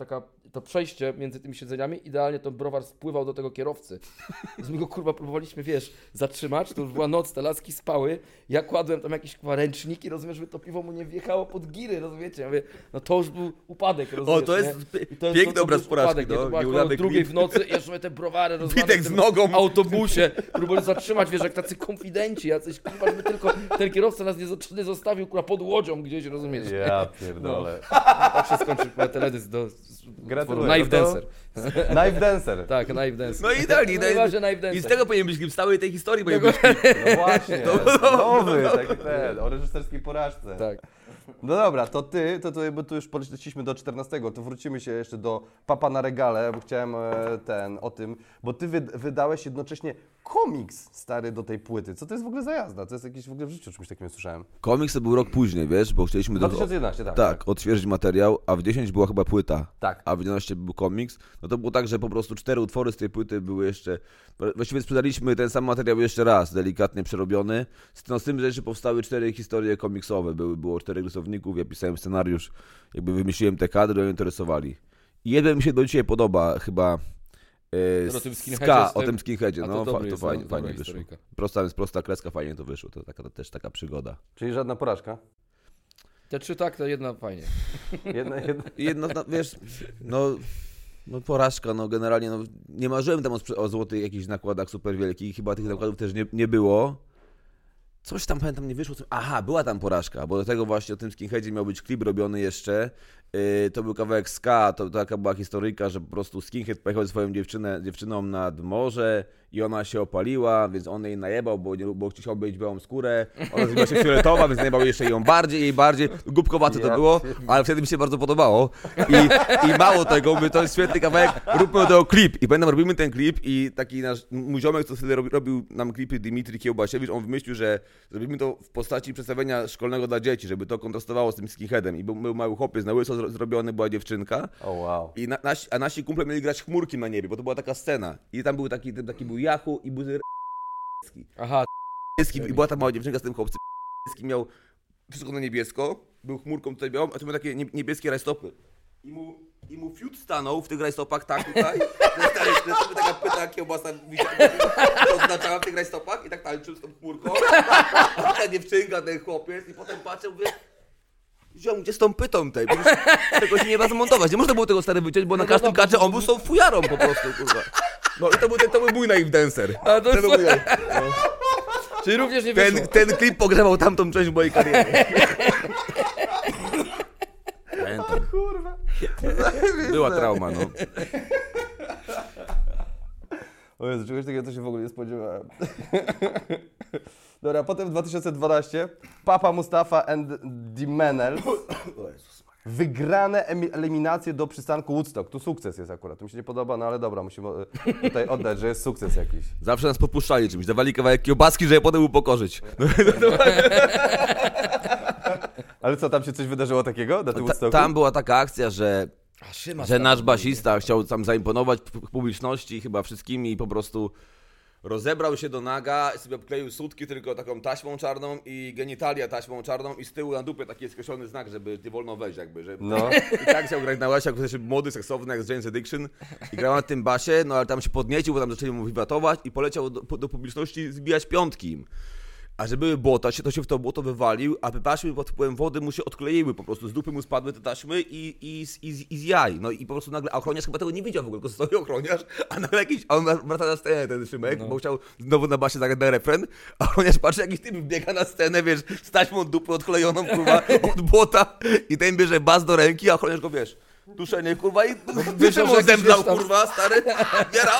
to przejście między tymi siedzeniami, idealnie ten browar spływał do tego kierowcy. Więc my go kurwa próbowaliśmy, wiesz, zatrzymać, to już była noc, te laski spały, ja kładłem tam jakieś kurwa ręczniki, rozumiesz, żeby to piwo mu nie wjechało pod giry, rozumiecie? Ja mówię, no to już był upadek, rozumiesz, O, to jest nie? pie- I to piękny to, to obraz był porażki, upadek, nie? no, To była nieudany około drugiej klip. w nocy, jeszcze my te browary rozmawiamy Witek w z tym nogą. autobusie, próbowali zatrzymać, wiesz, jak tacy konfidenci, jacyś, kurwa, żeby tylko ten kierowca nas nie, zo- nie zostawił, kurwa, pod łodzią gdzieś, rozumiesz? Ja pierdolę. Tak się skończył kurwa, teledysk do... Gratuluję. Knife No to- Dancer. Knife Dancer. Tak, Knife Dancer. No i tak, i, No i właśnie Knife i Dancer. z tego powinien być klip, z całej tej historii powinien być klip. No właśnie, nowy, taki ten, o reżyserskiej porażce. Tak. No dobra, to ty, to, to bo tu już poleciliśmy do czternastego, to wrócimy się jeszcze do Papa na regale, bo chciałem e, ten, o tym, bo ty wy, wydałeś jednocześnie komiks stary do tej płyty. Co to jest w ogóle za jazda? To jest jakieś w ogóle w życiu o czymś takim słyszałem. Komiks to był rok później, wiesz, bo chcieliśmy... dwa tysiące jedenaście, tak. Tak, odświeżyć materiał, a w dziesięć była chyba płyta. Tak. A w jedenaście był komiks. No to było tak, że po prostu cztery utwory z tej płyty były jeszcze... Właściwie sprzedaliśmy ten sam materiał jeszcze raz, delikatnie przerobiony. Z, no, z tym, że jeszcze powstały cztery historie komiksowe. Były, było czterech rysowników, ja pisałem scenariusz, jakby wymyśliłem te kadry, oni interesowali. I jeden mi się do dzisiaj podoba, chyba... To o tym Ska, skinheadzie z o tym- tym skinheadzie, a to no dobry fa- to jest, fajnie, no, fajnie dobra wyszło. historyjka. Prosta, prosta kreska, fajnie to wyszło, to taka, też taka przygoda. Czyli żadna porażka? Te trzy tak, to jedna fajnie. Jedna, jedna. I jedno, no, wiesz, no, no porażka, no generalnie, no, nie marzyłem tam o, sprze- o złotych jakichś nakładach super wielkich, chyba tych nakładów też nie, nie było. Coś tam, pamiętam, nie wyszło, co... aha, była tam porażka, bo do tego właśnie o tym skinheadzie miał być klip robiony jeszcze, yy, to był kawałek ska, to, to taka była historyjka, że po prostu skinhead pojechał ze swoją dziewczynę, dziewczyną nad morze i ona się opaliła, więc on jej najebał, bo, nie, bo chciał mieć białą skórę, ona zrobiła się fioletowa, więc najebał jeszcze ją bardziej i bardziej, głupkowate to Ja było, ale wtedy mi się bardzo podobało i, i mało tego, mówię, to jest świetny kawałek, róbmy do tego klip i pamiętam, robimy ten klip i taki nasz, mój ziomek, co wtedy robi, robił nam klipy, Dimitri Kiełbasiewicz, on wymyślił, że zrobimy to w postaci przedstawienia szkolnego dla dzieci, żeby to kontrastowało z tym skinheadem i był, był mały chłopiec, na łyso zro- zrobiony była dziewczynka. O wow. I na, nasi, a nasi kumple mieli grać chmurki na niebie, bo to była taka scena. I tam był taki, taki był Yahoo i był Aha, i była ta mała dziewczynka z tym chłopcem. Miał wszystko na niebiesko, był chmurką tutaj białą, a tu miał takie nie- niebieskie rajstopy. I mu, I mu fiut stanął w tych rajstopach tak tutaj. Ten stary, ten sobie taka pyta kiełbasa to oznaczała w tych rajstopach i tak tańczył z tą chmurką. A ta dziewczynka, ten chłopiec i potem patrzę, mówię, ziom, gdzie z tą pytą tej? Przecież tego się nie da zmontować. Nie można było tego stary wyciąć, bo na każdym kacze on był z tą fujarą po prostu, kurwa. No i to był, ten, to był mój Knife Dancer. A to Ten, był mój, czyli również nie wyszło. ten, ten klip pogrzebał tamtą część mojej kariery. Pamiętam. Kurwa. Była trauma, no. O Jezu, czegoś takiego to się w ogóle nie spodziewałem. Dobra, potem w dwa tysiące dwunastym Papa Mustafa and the Menels. Wygrane emi- eliminacje do przystanku Woodstock. Tu sukces jest akurat. To mi się nie podoba, no ale dobra, musimy e, tutaj oddać, że jest sukces jakiś. Zawsze nas podpuszczali czymś, dawali kawałek kiełbaski, żeby potem upokorzyć. Ale co, tam się coś wydarzyło takiego na tym Ta, Woodstocku? tam była taka akcja, że, A, Szymas że tam nasz był. basista chciał tam zaimponować p- publiczności, chyba wszystkimi i po prostu rozebrał się do naga, sobie obkleił sutki tylko taką taśmą czarną i genitalia taśmą czarną i z tyłu na dupie taki skreślony znak, żeby nie wolno wejść jakby, że... No. I tak chciał grać na łasie, jako też młody, seksowny jak z James Addiction i grał na tym basie, no ale tam się podniecił, bo tam zaczęli mu wibratować i poleciał do, do publiczności zbijać piątki im. A że były błota, się, to się w to błoto wywalił, a taśmy pod wpływem wody mu się odkleiły po prostu, z dupy mu spadły te taśmy i, i, i, i, i z jaj. No i po prostu nagle, a ochroniarz chyba tego nie widział w ogóle, tylko stoi ochroniarz, a nagle jakiś, a on wraca na scenę ten Szymek, no. Bo chciał znowu na basie zagrać na refren, a ochroniarz patrzy, jakiś typ biega na scenę, wiesz, z taśmą dupy odklejoną, kurwa, od błota i ten bierze bas do ręki, a ochroniarz go, wiesz, duszenie, kurwa, i wyszedł mu jakiś, zemdlał, wiesz, tam- kurwa, stary, biera,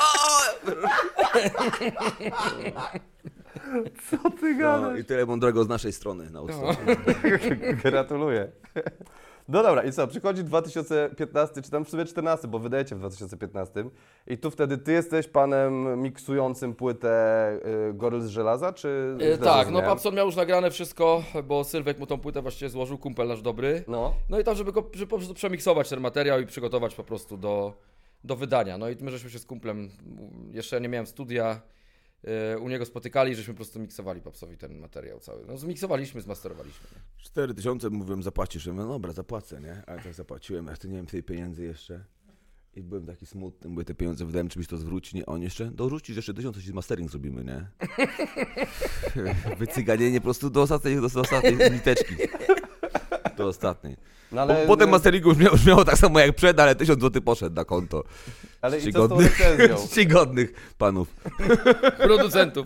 Co ty no, gadasz? i tyle mądrego z naszej strony na Woodstocku. Gratuluję. No dobra, i co, przychodzi dwa tysiące piętnasty, czy tam w sumie czternasty, bo wydajecie w dwa tysiące piętnastym i tu wtedy ty jesteś panem miksującym płytę y, Goryl z żelaza, czy... źle E, tak, no zrozumiałem? Papson miał już nagrane wszystko, bo Sylwek mu tą płytę właściwie złożył, kumpel nasz dobry. No. No i tam, żeby go żeby po prostu przemiksować ten materiał i przygotować po prostu do, do wydania. No i my żeśmy się z kumplem, jeszcze nie miałem studia, e, u niego spotykali, żeśmy po prostu miksowali Papsowi ten materiał cały. No zmiksowaliśmy, zmasterowaliśmy. Nie? cztery tysiące mówiłem, zapłacisz. Ja mówię, no dobra, zapłacę, nie? Ale tak zapłaciłem, ja to nie wiem tej pieniędzy jeszcze. I byłem taki smutny, mówię, te pieniądze wydałem, czy byś to zwróci, nie, on jeszcze, dorzucisz jeszcze tysiąc, to ci mastering zrobimy, nie? Wycyganienie po prostu do ostatniej, do ostatniej liteczki. Do ostatniej. No ale, po, potem masteringu już miało, już miało tak samo jak przed, ale tysiąc złotych poszedł na konto. Ale i co z tą recenzją? Czcigodnych panów. Producentów.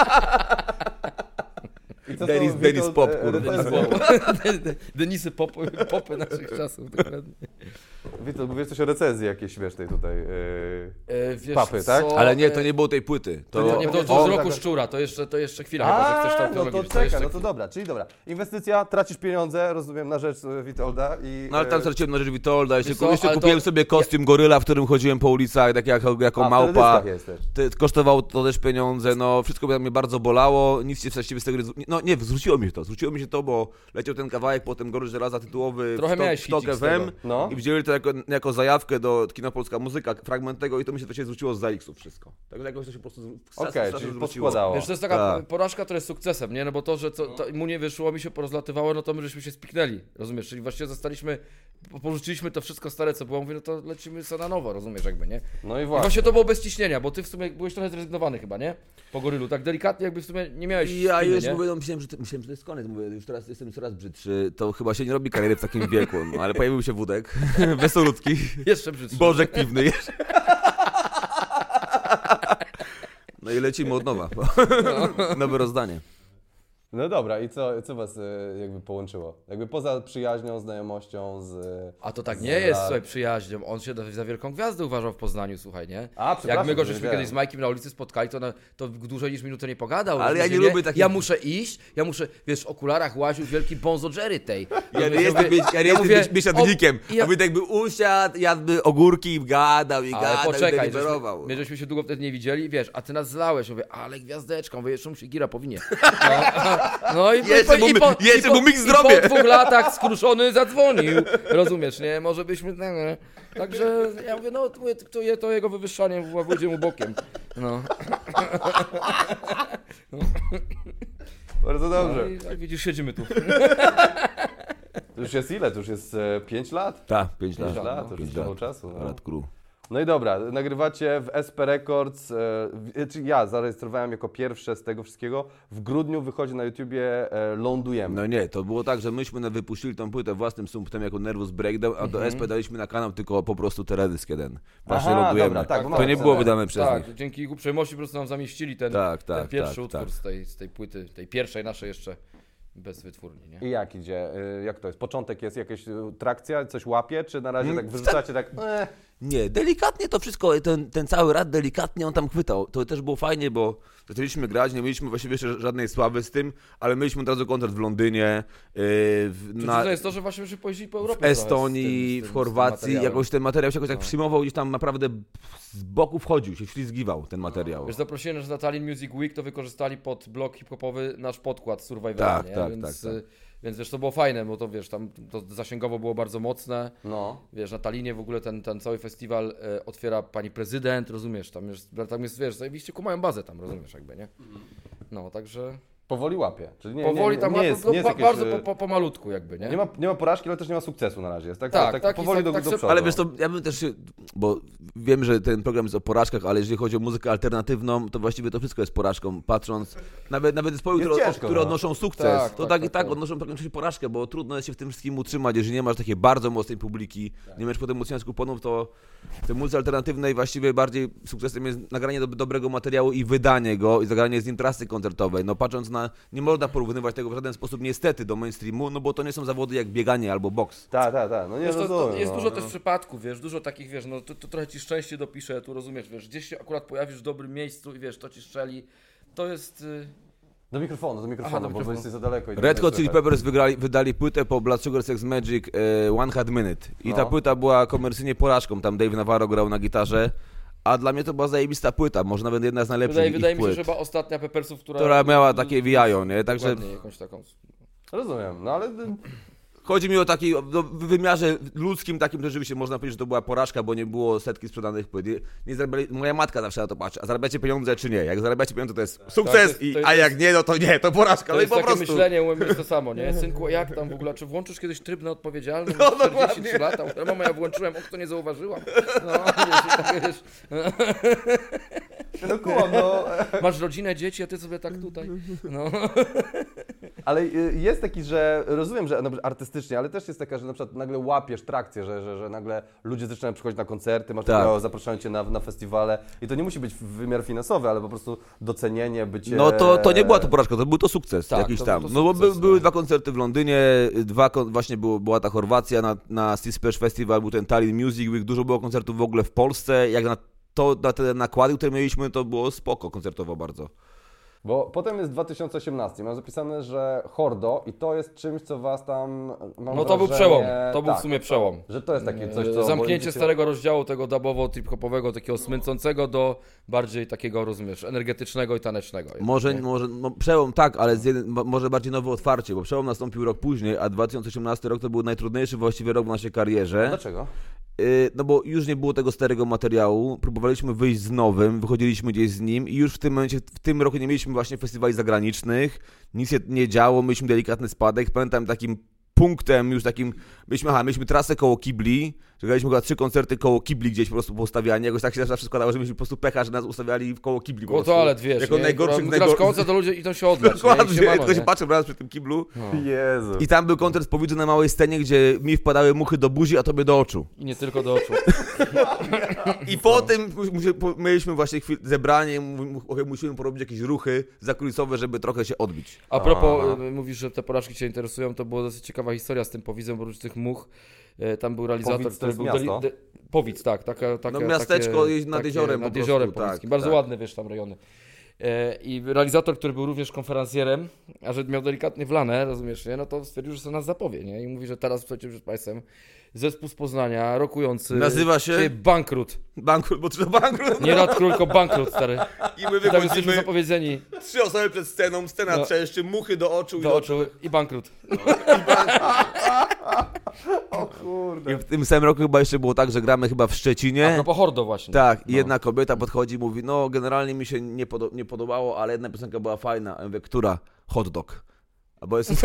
I co z Denis, tą Denis Witold- Pop, e, kurwa. recenzją? Denisy popy, popy naszych czasów, dokładnie. Witold, mówisz coś o recenzji jakiejś śmiesznej tutaj. Yy... E, wiesz Papy, tak? co, Ale nie, e, to nie było tej płyty. To, To, nie, to, o, to z o, roku tak. szczura, to jeszcze, to jeszcze chwila chyba, że chcesz to A, no to archeologicznie, czekaj, jeszcze no to dobra, czyli dobra. Inwestycja, tracisz pieniądze, rozumiem, na rzecz e, Witolda i... No ale tam e, straciłem na rzecz Witolda, jeszcze, Wiesz co, jeszcze ale kupiłem to- sobie kostium goryla, w którym chodziłem po ulicach tak jako, jako a, w małpa. teledyskach jesteś. Ty, kosztowało to też pieniądze, no wszystko mnie bardzo bolało, nic się właściwie z tego nie... zw- No nie, zwróciło mi się to, zwróciło mi się to, bo leciał ten kawałek, potem Goryl Żelaza tytułowy Trochę w Tok- miałeś w Tok hicik z F M tego. No. i wzięli to jako, jako zajawkę do Kina Polska Muzyka, fragment tego i to mi się właściwie zwróciło z za iksów wszystko. Także jakoś to się po prostu zwr- Okej, strasznie czyli zwróciło. poskładało. Wiesz, to jest taka Tak. porażka, która jest sukcesem, nie? No bo to, że to, to mu nie wyszło, mi się porozlatywało, no to my żeśmy się spiknęli, rozumiesz? Czyli właściwie zostaliśmy, po- porzuciliśmy to wszystko stare, co było, mówię, no to lecimy sobie na nowo, rozumiesz jakby, nie? No i I właśnie. właśnie to było bez ciśnienia, bo ty w sumie byłeś trochę zrezygnowany chyba, nie? Po Gorylu, tak delikatnie jakby w sumie nie miałeś I ja spiny, już nie? mówię, no, myślałem, że to, myślałem, że to jest koniec, mówię, już teraz jestem coraz brzydszy, to chyba się nie robi kariery w takim wieku, no, ale pojawił się Wódek, Wesolutki, Jeszcze brzydszy. Bożek Piwny jeszcze. No i lecimy od nowa, nowe rozdanie. No dobra, i co, co was e, jakby połączyło? Jakby poza przyjaźnią, znajomością z... A to tak z nie jest, lat. słuchaj, przyjaźnią. On się za wielką gwiazdę uważał w Poznaniu, słuchaj, nie? A, przepraszam, Jak my go nie żeśmy wiedziałem. kiedyś z Majkiem na ulicy spotkali, to, na, to dłużej niż minutę nie pogadał. Ale ja rozumiesz, nie lubię takich- Ja muszę iść, ja muszę, wiesz, w okularach łaził wielki Bonzo Jerry tej. Ja nie Rozumiesz, jestem, mówię- ja nie jestem mówię, biesiadnikiem, o, i ja- a my tak by usiadł, jadłby ogórki i gadał i Ale gadał i poczekaj, deliberował. żeśmy, my żeśmy się długo wtedy nie widzieli, wiesz, a ty nas zlałeś, mówię, ale gwiazdeczką, mówię, jeszcze musi Gira powinien. No, no i, Jeszcze i, mu i, my- po, jeszcze i, po, mu miks i zrobię. po dwóch latach skruszony zadzwonił, rozumiesz, nie? Może byśmy, nie, nie. Także ja mówię, no mówię, to, je- to jego wywyższanie pójdzie mu bokiem. No. Bardzo dobrze. No i jak widzisz, siedzimy tu. To już jest ile? To już jest e, pięć lat? Tak, pięć pięć lat. lat, to już pięć jest kawał lat. czasu. No. Lat crew. No i dobra, nagrywacie w S P Records, e, w- czy ja zarejestrowałem jako pierwsze z tego wszystkiego. W grudniu wychodzi na YouTubie e, Lądujemy. No nie, to było tak, że myśmy na- wypuścili tą płytę własnym sumptem jako Nervous Breakdown, a do S P daliśmy na kanał tylko po prostu teledysk jeden. Właśnie Aha, lądujemy. dobra, tak, to mamy nie było CD. wydane przez Tak, nich. dzięki uprzejmości po prostu nam zamieścili ten, Tak, ten tak, pierwszy tak, utwór tak. Z, tej, z tej płyty, tej pierwszej naszej jeszcze bez wytwórni, nie? I jak idzie? E, jak to jest? Początek jest jakaś e, trakcja, coś łapie, czy na razie Mm, tak wyrzucacie tak... E, Nie, delikatnie to wszystko, ten, ten cały rad delikatnie on tam chwytał. To też było fajnie, bo zaczęliśmy grać, nie mieliśmy właściwie jeszcze żadnej sławy z tym, ale mieliśmy od razu koncert w Londynie, yy, w, Na... na, To jest to, że właśnie żeśmy pojeździli po Europie w trochę Estonii, z tym, z tym, w Chorwacji, z tym materiałem. jakoś ten materiał się jakoś tak No. przyjmował, gdzieś tam naprawdę z boku wchodził, się ślizgiwał ten materiał. Wiesz, zaprosili nas na Tallinn Music Week, to wykorzystali pod blok hip-hopowy nasz podkład Survivor, Tak, nie? tak, więc, tak, tak. y, więc wiesz, to było fajne, bo to wiesz, tam to zasięgowo było bardzo mocne. no. Wiesz, na Tallinie w ogóle ten, ten cały festiwal e, otwiera pani prezydent, rozumiesz, tam jest, tam jest wiesz, zajebiście kumają bazę tam, rozumiesz jakby, nie? No, także Powoli łapie. Czyli nie, powoli nie, tam nie, łapie, jest, no, nie jest ba- jakieś, bardzo e, po, po, pomalutku jakby, nie? nie, ma, nie ma porażki, ale też nie ma sukcesu na razie. Jest tak, Tak, tak, tak, powoli tak, do, tak do se- przodu. Ale wiesz, to ja bym też, się- bo wiem, że ten program jest o porażkach, ale jeżeli chodzi o muzykę alternatywną, to właściwie to wszystko jest porażką, patrząc, nawet, nawet zespoły, Jest które, ciężko, które no. odnoszą sukces, Tak, to tak, tak, i tak, tak tak. odnoszą pewnie porażkę, bo trudno jest się w tym wszystkim utrzymać, jeżeli nie masz takiej bardzo mocnej publiki, nie masz potem mocnych kuponów, to w tej muzyce alternatywnej właściwie bardziej sukcesem jest nagranie do, dobrego materiału i wydanie go, i zagranie z nim trasy koncertowej. No patrząc na, nie można porównywać tego w żaden sposób niestety do mainstreamu, no bo to nie są zawody jak bieganie albo boks. Tak, tak, tak. No nie Wiesz, to, to rozumiem. jest no. dużo też przypadków, wiesz, dużo takich, wiesz, no to, to trochę ci szczęście dopisze, tu rozumiesz, wiesz, gdzieś się akurat pojawisz w dobrym miejscu i wiesz, to ci strzeli, to jest... Y... Do mikrofonu, do mikrofonu, Aha, do bo mikrofonu. jesteś za daleko. i Red nie Hot Chili słychać. Peppers wygrali, wydali płytę po Blood Sugar Sex Magic e, One Hot Minute i No. ta płyta była komercyjnie porażką, tam Dave Navarro grał na gitarze, a dla mnie to była zajebista płyta, może nawet jedna z najlepszych Wydaje, ich wydaje mi się, płyt, że chyba ostatnia Peppersów, która... która miała takie wijają, nie? Także Dokładnie, jakąś taką... Rozumiem, no ale y, Chodzi mi o taki, no, w wymiarze ludzkim takim, to rzeczywiście można powiedzieć, że to była porażka, bo nie było setki sprzedanych płyt. Nie, nie zarabiali, moja matka zawsze na to patrzy, a zarabiacie pieniądze czy nie? Jak zarabiacie pieniądze to jest sukces, to jest, to i, jest, a jak nie, no to nie, to porażka. To no jest i po takie prostu. myślenie, umiem mieć to samo, nie? Synku, jak tam w ogóle, czy włączysz kiedyś tryb neodpowiedzialny? No, czterdzieści trzy lata, mama, ja włączyłem, o kto nie zauważyłam. No, wiesz, i tak, wiesz. No kumam, no. Masz rodzinę, dzieci, a ty sobie tak tutaj. No. Ale y, jest taki, że rozumiem, że no, artystycznie, ale też jest taka, że na przykład nagle łapiesz trakcję, że, że, że nagle ludzie zaczynają przychodzić na koncerty, masz Tak. takiego, zapraszają cię na, na festiwale i to nie musi być wymiar finansowy, ale po prostu docenienie, bycie... No to, to nie była to porażka, to był to sukces Tak, jakiś to tam. był to No bo sukces, by, były no. dwa koncerty w Londynie, dwa kon- właśnie było, była ta Chorwacja, na, na Sea Splash Festival był ten Tallinn Music Week, dużo było koncertów w ogóle w Polsce, jak na to, na te nakłady, które mieliśmy, to było spoko koncertowo bardzo. Bo potem jest dwa tysiące osiemnasty, mam zapisane, że Hordo i to jest czymś, co was tam... Mam No to był wrażenie- przełom, to był tak, w sumie przełom. Że to jest takie coś, co... Zamknięcie bo- starego rozdziału tego dubowo, trip-hopowego, takiego smęcącego do bardziej takiego, rozumiesz, energetycznego i tanecznego. Może, nie? może no, przełom tak, ale z jednym, mo- może bardziej nowe otwarcie, bo przełom nastąpił rok później, a dwa tysiące osiemnasty rok to był najtrudniejszy właściwie rok w naszej karierze. Dlaczego? Yy, no bo już nie było tego starego materiału, próbowaliśmy wyjść z nowym, wychodziliśmy gdzieś z nim i już w tym momencie, w tym roku nie mieliśmy właśnie festiwali zagranicznych, nic się nie działo, mieliśmy delikatny spadek, pamiętam takim punktem już takim, byliśmy, aha, mieliśmy trasę koło Kibli, że graliśmy chyba trzy koncerty koło Kibli gdzieś po prostu postawiani, jakoś tak się zawsze składało, że mieliśmy po prostu pecha, że nas ustawiali koło Kibli po Koło prostu. toalet, wiesz, Jako nie? najgorszych, Grasz najgor... koncert, to ludzie idą się odlać, nie? I Dokładnie, siemano, tylko się nie? patrzę raz przy tym Kiblu. Jezu. I tam był koncert z powietrza na małej scenie, gdzie mi wpadały muchy do buzi, a tobie do oczu. I nie tylko do oczu. I po tym mu- po- mieliśmy właśnie chwil, zebranie, mu- mu- okej, musimy porobić jakieś ruchy zakulisowe, żeby trochę się odbić. A propos, y, mówisz, że te porażki cię interesują, to była dosyć ciekawa historia z tym Powidzem, oprócz tych much. y, Tam był realizator, Powic to który jest był... miasto? de- Powic, tak. Taka, taka, No miasteczko takie, jest nad takie- jeziorem po Nad prostu, jeziorem tak, powickim. Bardzo tak. ładne, wiesz, tam rejony. E, I realizator, który był również konferencjerem, a że miał delikatnie wlane, rozumiesz, nie? No to stwierdził, że sobie nas zapowie, nie? I mówi, że teraz przecież przed Państwem zespół z Poznania, rokujący... Nazywa się? Czyli Bankrut. Bankrut, bo trzeba bankrut. Nie Rad Król, tylko Bankrut, stary. I my I tam jesteśmy wychodzimy, zapowiedzeni trzy osoby przed sceną, scena No. trzeszczy, muchy do oczu i do oczu i Bankrut. O kurde. I w tym samym roku chyba jeszcze było tak, że gramy chyba w A Szczecinie. propos Hordo właśnie. Tak, i No. jedna kobieta podchodzi i mówi, no generalnie mi się nie, podo- nie podobało, ale jedna piosenka była fajna. A ja mówię, która? Hot dog. Albo jest...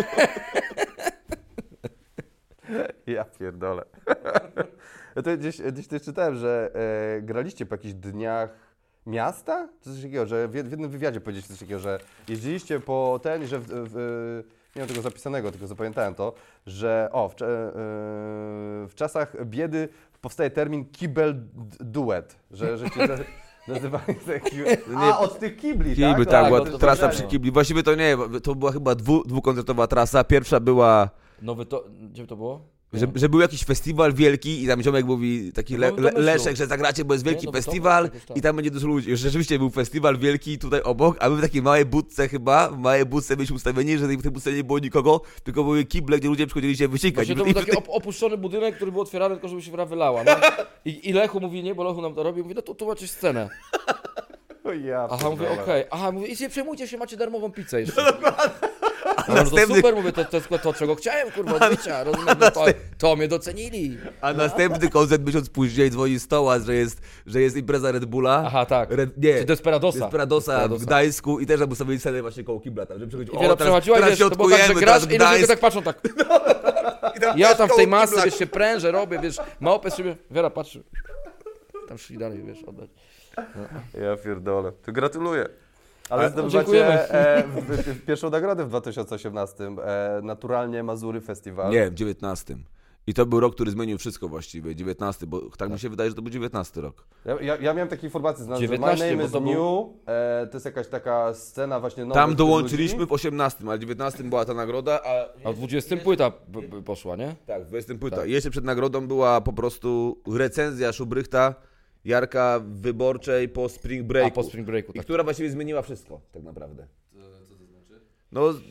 Ja pierdolę. Ja to gdzieś, gdzieś też czytałem, że e, graliście po jakichś dniach miasta? Czy coś takiego, że w, jed- w jednym wywiadzie powiedzieliście coś takiego, że jeździliście po ten i że w, w, nie mam tego zapisanego, tylko zapamiętałem to, że o, w, cze- e, w czasach biedy powstaje termin kibel d- duet, że, że cię za- nazywali taki... A, od tych kibli, Kibli, tak? tak, Tak, była no to trasa wiedziałem. przy Kibli. Właściwie to nie, to była chyba dwu, dwukoncertowa trasa. Pierwsza była, Nowy to... Gdzie to było? że, że był jakiś festiwal wielki i tam ziomek mówi, taki le, No, to le, myślą. Leszek, że zagracie, bo jest wielki Nie, no, to festiwal tak, tak. i tam będzie dużo ludzi. Już rzeczywiście był festiwal wielki tutaj obok, a my w takiej małej budce chyba, w małej budce byliśmy ustawieni, że w tej budce nie było nikogo, tylko były kible, gdzie ludzie przychodzili się wysikać. Właśnie to I był w taki tej- op- opuszczony budynek, który był otwierany, tylko żeby się woda wylała. No. I, I Lechu mówi, nie, bo Lechu nam to robi. Mówi, no to tu macie scenę. O ja Aha, mówię, pierdolę. okej. Aha, mówię, i nie przejmujcie się, macie darmową pizzę jeszcze. A no, następny- to super, mówię, to, to jest to, czego chciałem, kurwa, od życia, rozumiem, no to, to mnie docenili. A następny koncert miesiąc później dzwoni z Tołas, że jest, że jest impreza Red Bulla. Aha, tak. Red, nie, Czy Desperadosa. Desperadosa w Desperadosa. Gdańsku i też tam ustawili scenę właśnie koło kibla tam, żeby przychodzić, I Wiera przechodziła i wiesz, to było tak, że grasz i ludzie tak patrzą tak. Ja tam w tej masy, wiesz, się prężę, robię, wiesz, małpę sobie, Wiera patrzy. Tam szli dalej, wiesz, oddać. Ja pierdolę. To gratuluję. Ale Ale- zdobywacie dziękujemy. e, w, w, w pierwszą nagrodę w dwa tysiące osiemnastym. E, Naturalnie Mazury Festiwal. Nie, w dziewiętnastym. I to był rok, który zmienił wszystko właściwie, dziewiętnasty, bo tak mi się wydaje, że to był dziewiętnasty rok. Ja, ja, ja miałem takie informacje, znane, że My dziewiętnaście, Name bo is to New, był- e, to jest jakaś taka scena właśnie nowych Tam dołączyliśmy ludzi. w osiemnastym, ale w dziewiętnastym była ta nagroda, a... A w dwudziestym płyta b- b- poszła, nie? Tak, w dwudziestym płyta. Tak. I jeszcze przed nagrodą była po prostu recenzja Szubrychta, Jarka w Wyborczej po Spring Breaku. A po Spring Breaku, I tak. która właściwie zmieniła wszystko, tak naprawdę. Co to znaczy? No,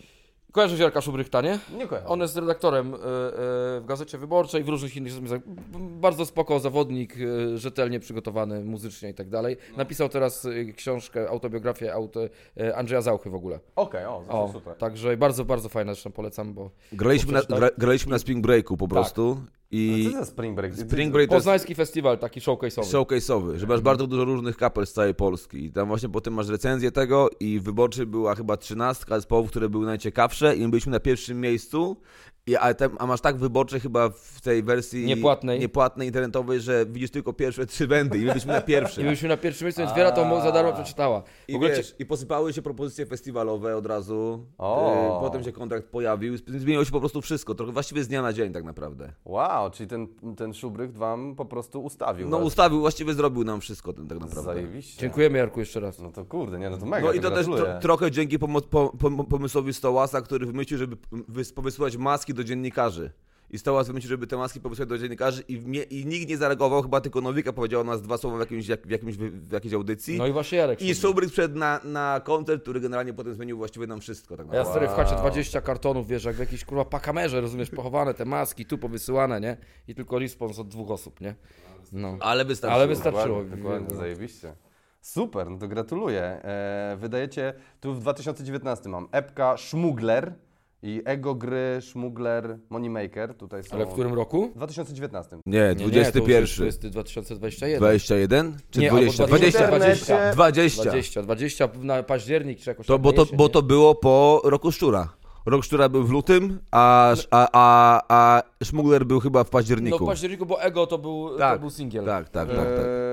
Kojarzysz Jarka Szubrychta, nie? Nie kojarzę. On jest redaktorem y, y, w Gazecie Wyborczej, w różnych innych miejscach. Bardzo spoko zawodnik, y, rzetelnie przygotowany muzycznie i tak dalej. Napisał teraz y, książkę, autobiografię auto, y, Andrzeja Zauchy w ogóle. Okej, okay, o, O, super. także bardzo, bardzo fajne, zresztą polecam, bo... Graliśmy, na, Bo przeczytał- gra, graliśmy na Spring Breaku po prostu i Co to za Spring Break? Spring Break to jest Poznański festiwal taki showcase'owy. showcase'owy, że masz bardzo dużo różnych kapel z całej Polski i tam właśnie potem masz recenzję tego i w Wyborczej była chyba trzynastka zespołów, które były najciekawsze i my byliśmy na pierwszym miejscu. I, a, tam, a masz tak Wyborcze chyba w tej wersji Niepłatnej. niepłatnej internetowej, że widzisz tylko pierwsze trzy będy i my byliśmy na pierwszym. I byliśmy na pierwszym miejscu, więc Wiera to mo- za darmo przeczytała. W I, ogóle wiesz, ci- I posypały się propozycje festiwalowe od razu. O. Y, Potem się kontrakt pojawił. Zmieniło się po prostu wszystko. Trochę właściwie z dnia na dzień tak naprawdę. Wow, czyli ten, ten Szubrych wam po prostu ustawił. No was. ustawił, właściwie zrobił nam wszystko ten tak naprawdę. Zajebiście. Dziękujemy Jarku jeszcze raz. No to kurde, nie, no to mega, No i to też gratuluję. tro, trochę dzięki pomo- po, pom- pomysłowi Stołasa, który wymyślił, żeby wys- powysyłać maski do dziennikarzy. I Stołas wymyślił, żeby te maski powysyłać do dziennikarzy i, mnie, i nikt nie zareagował, chyba tylko Nowika powiedział o nas dwa słowa w, jakimś, jak, w, jakimś, wy- w jakiejś audycji. No i właśnie Jarek. I Szubrych. Szubryk wszedł na, na koncert, który generalnie potem zmienił właściwie nam wszystko tak Ja naprawdę. stary w chacie dwadzieścia kartonów, wiesz, jak w jakiejś kurwa pakamerze, rozumiesz, pochowane te maski, tu powysyłane, nie? I tylko respons od dwóch osób, nie? No. Ale wystarczyło. Ale wystarczyło. Dokładnie, dokładnie, zajebiście. Super, no to gratuluję. E, wydajecie, tu w dwa tysiące dziewiętnastym mam epka Szmugler i Ego Gry, Szmugler, Moneymaker, tutaj są... Ale w którym roku? W dwa tysiące dziewiętnastym. Nie, Nie, nie, to już dwudziesty jest pierwszy. dwudziesty, dwa tysiące dwudziesty jeden. dwadzieścia jeden? Czy Nie, dwadzieścia? albo dwadzieścia. dwadzieścia. dwadzieścia. dwadzieścia, dwadzieścia na październik czy jakoś To, tak bo, na to, jesień, bo nie? to było po roku Szczura. Rok Szczura był w lutym, a, a, a, a Szmugler był chyba w No październiku. w październiku, bo Ego to był, Tak, to był singiel. Tak, tak, tak. tak.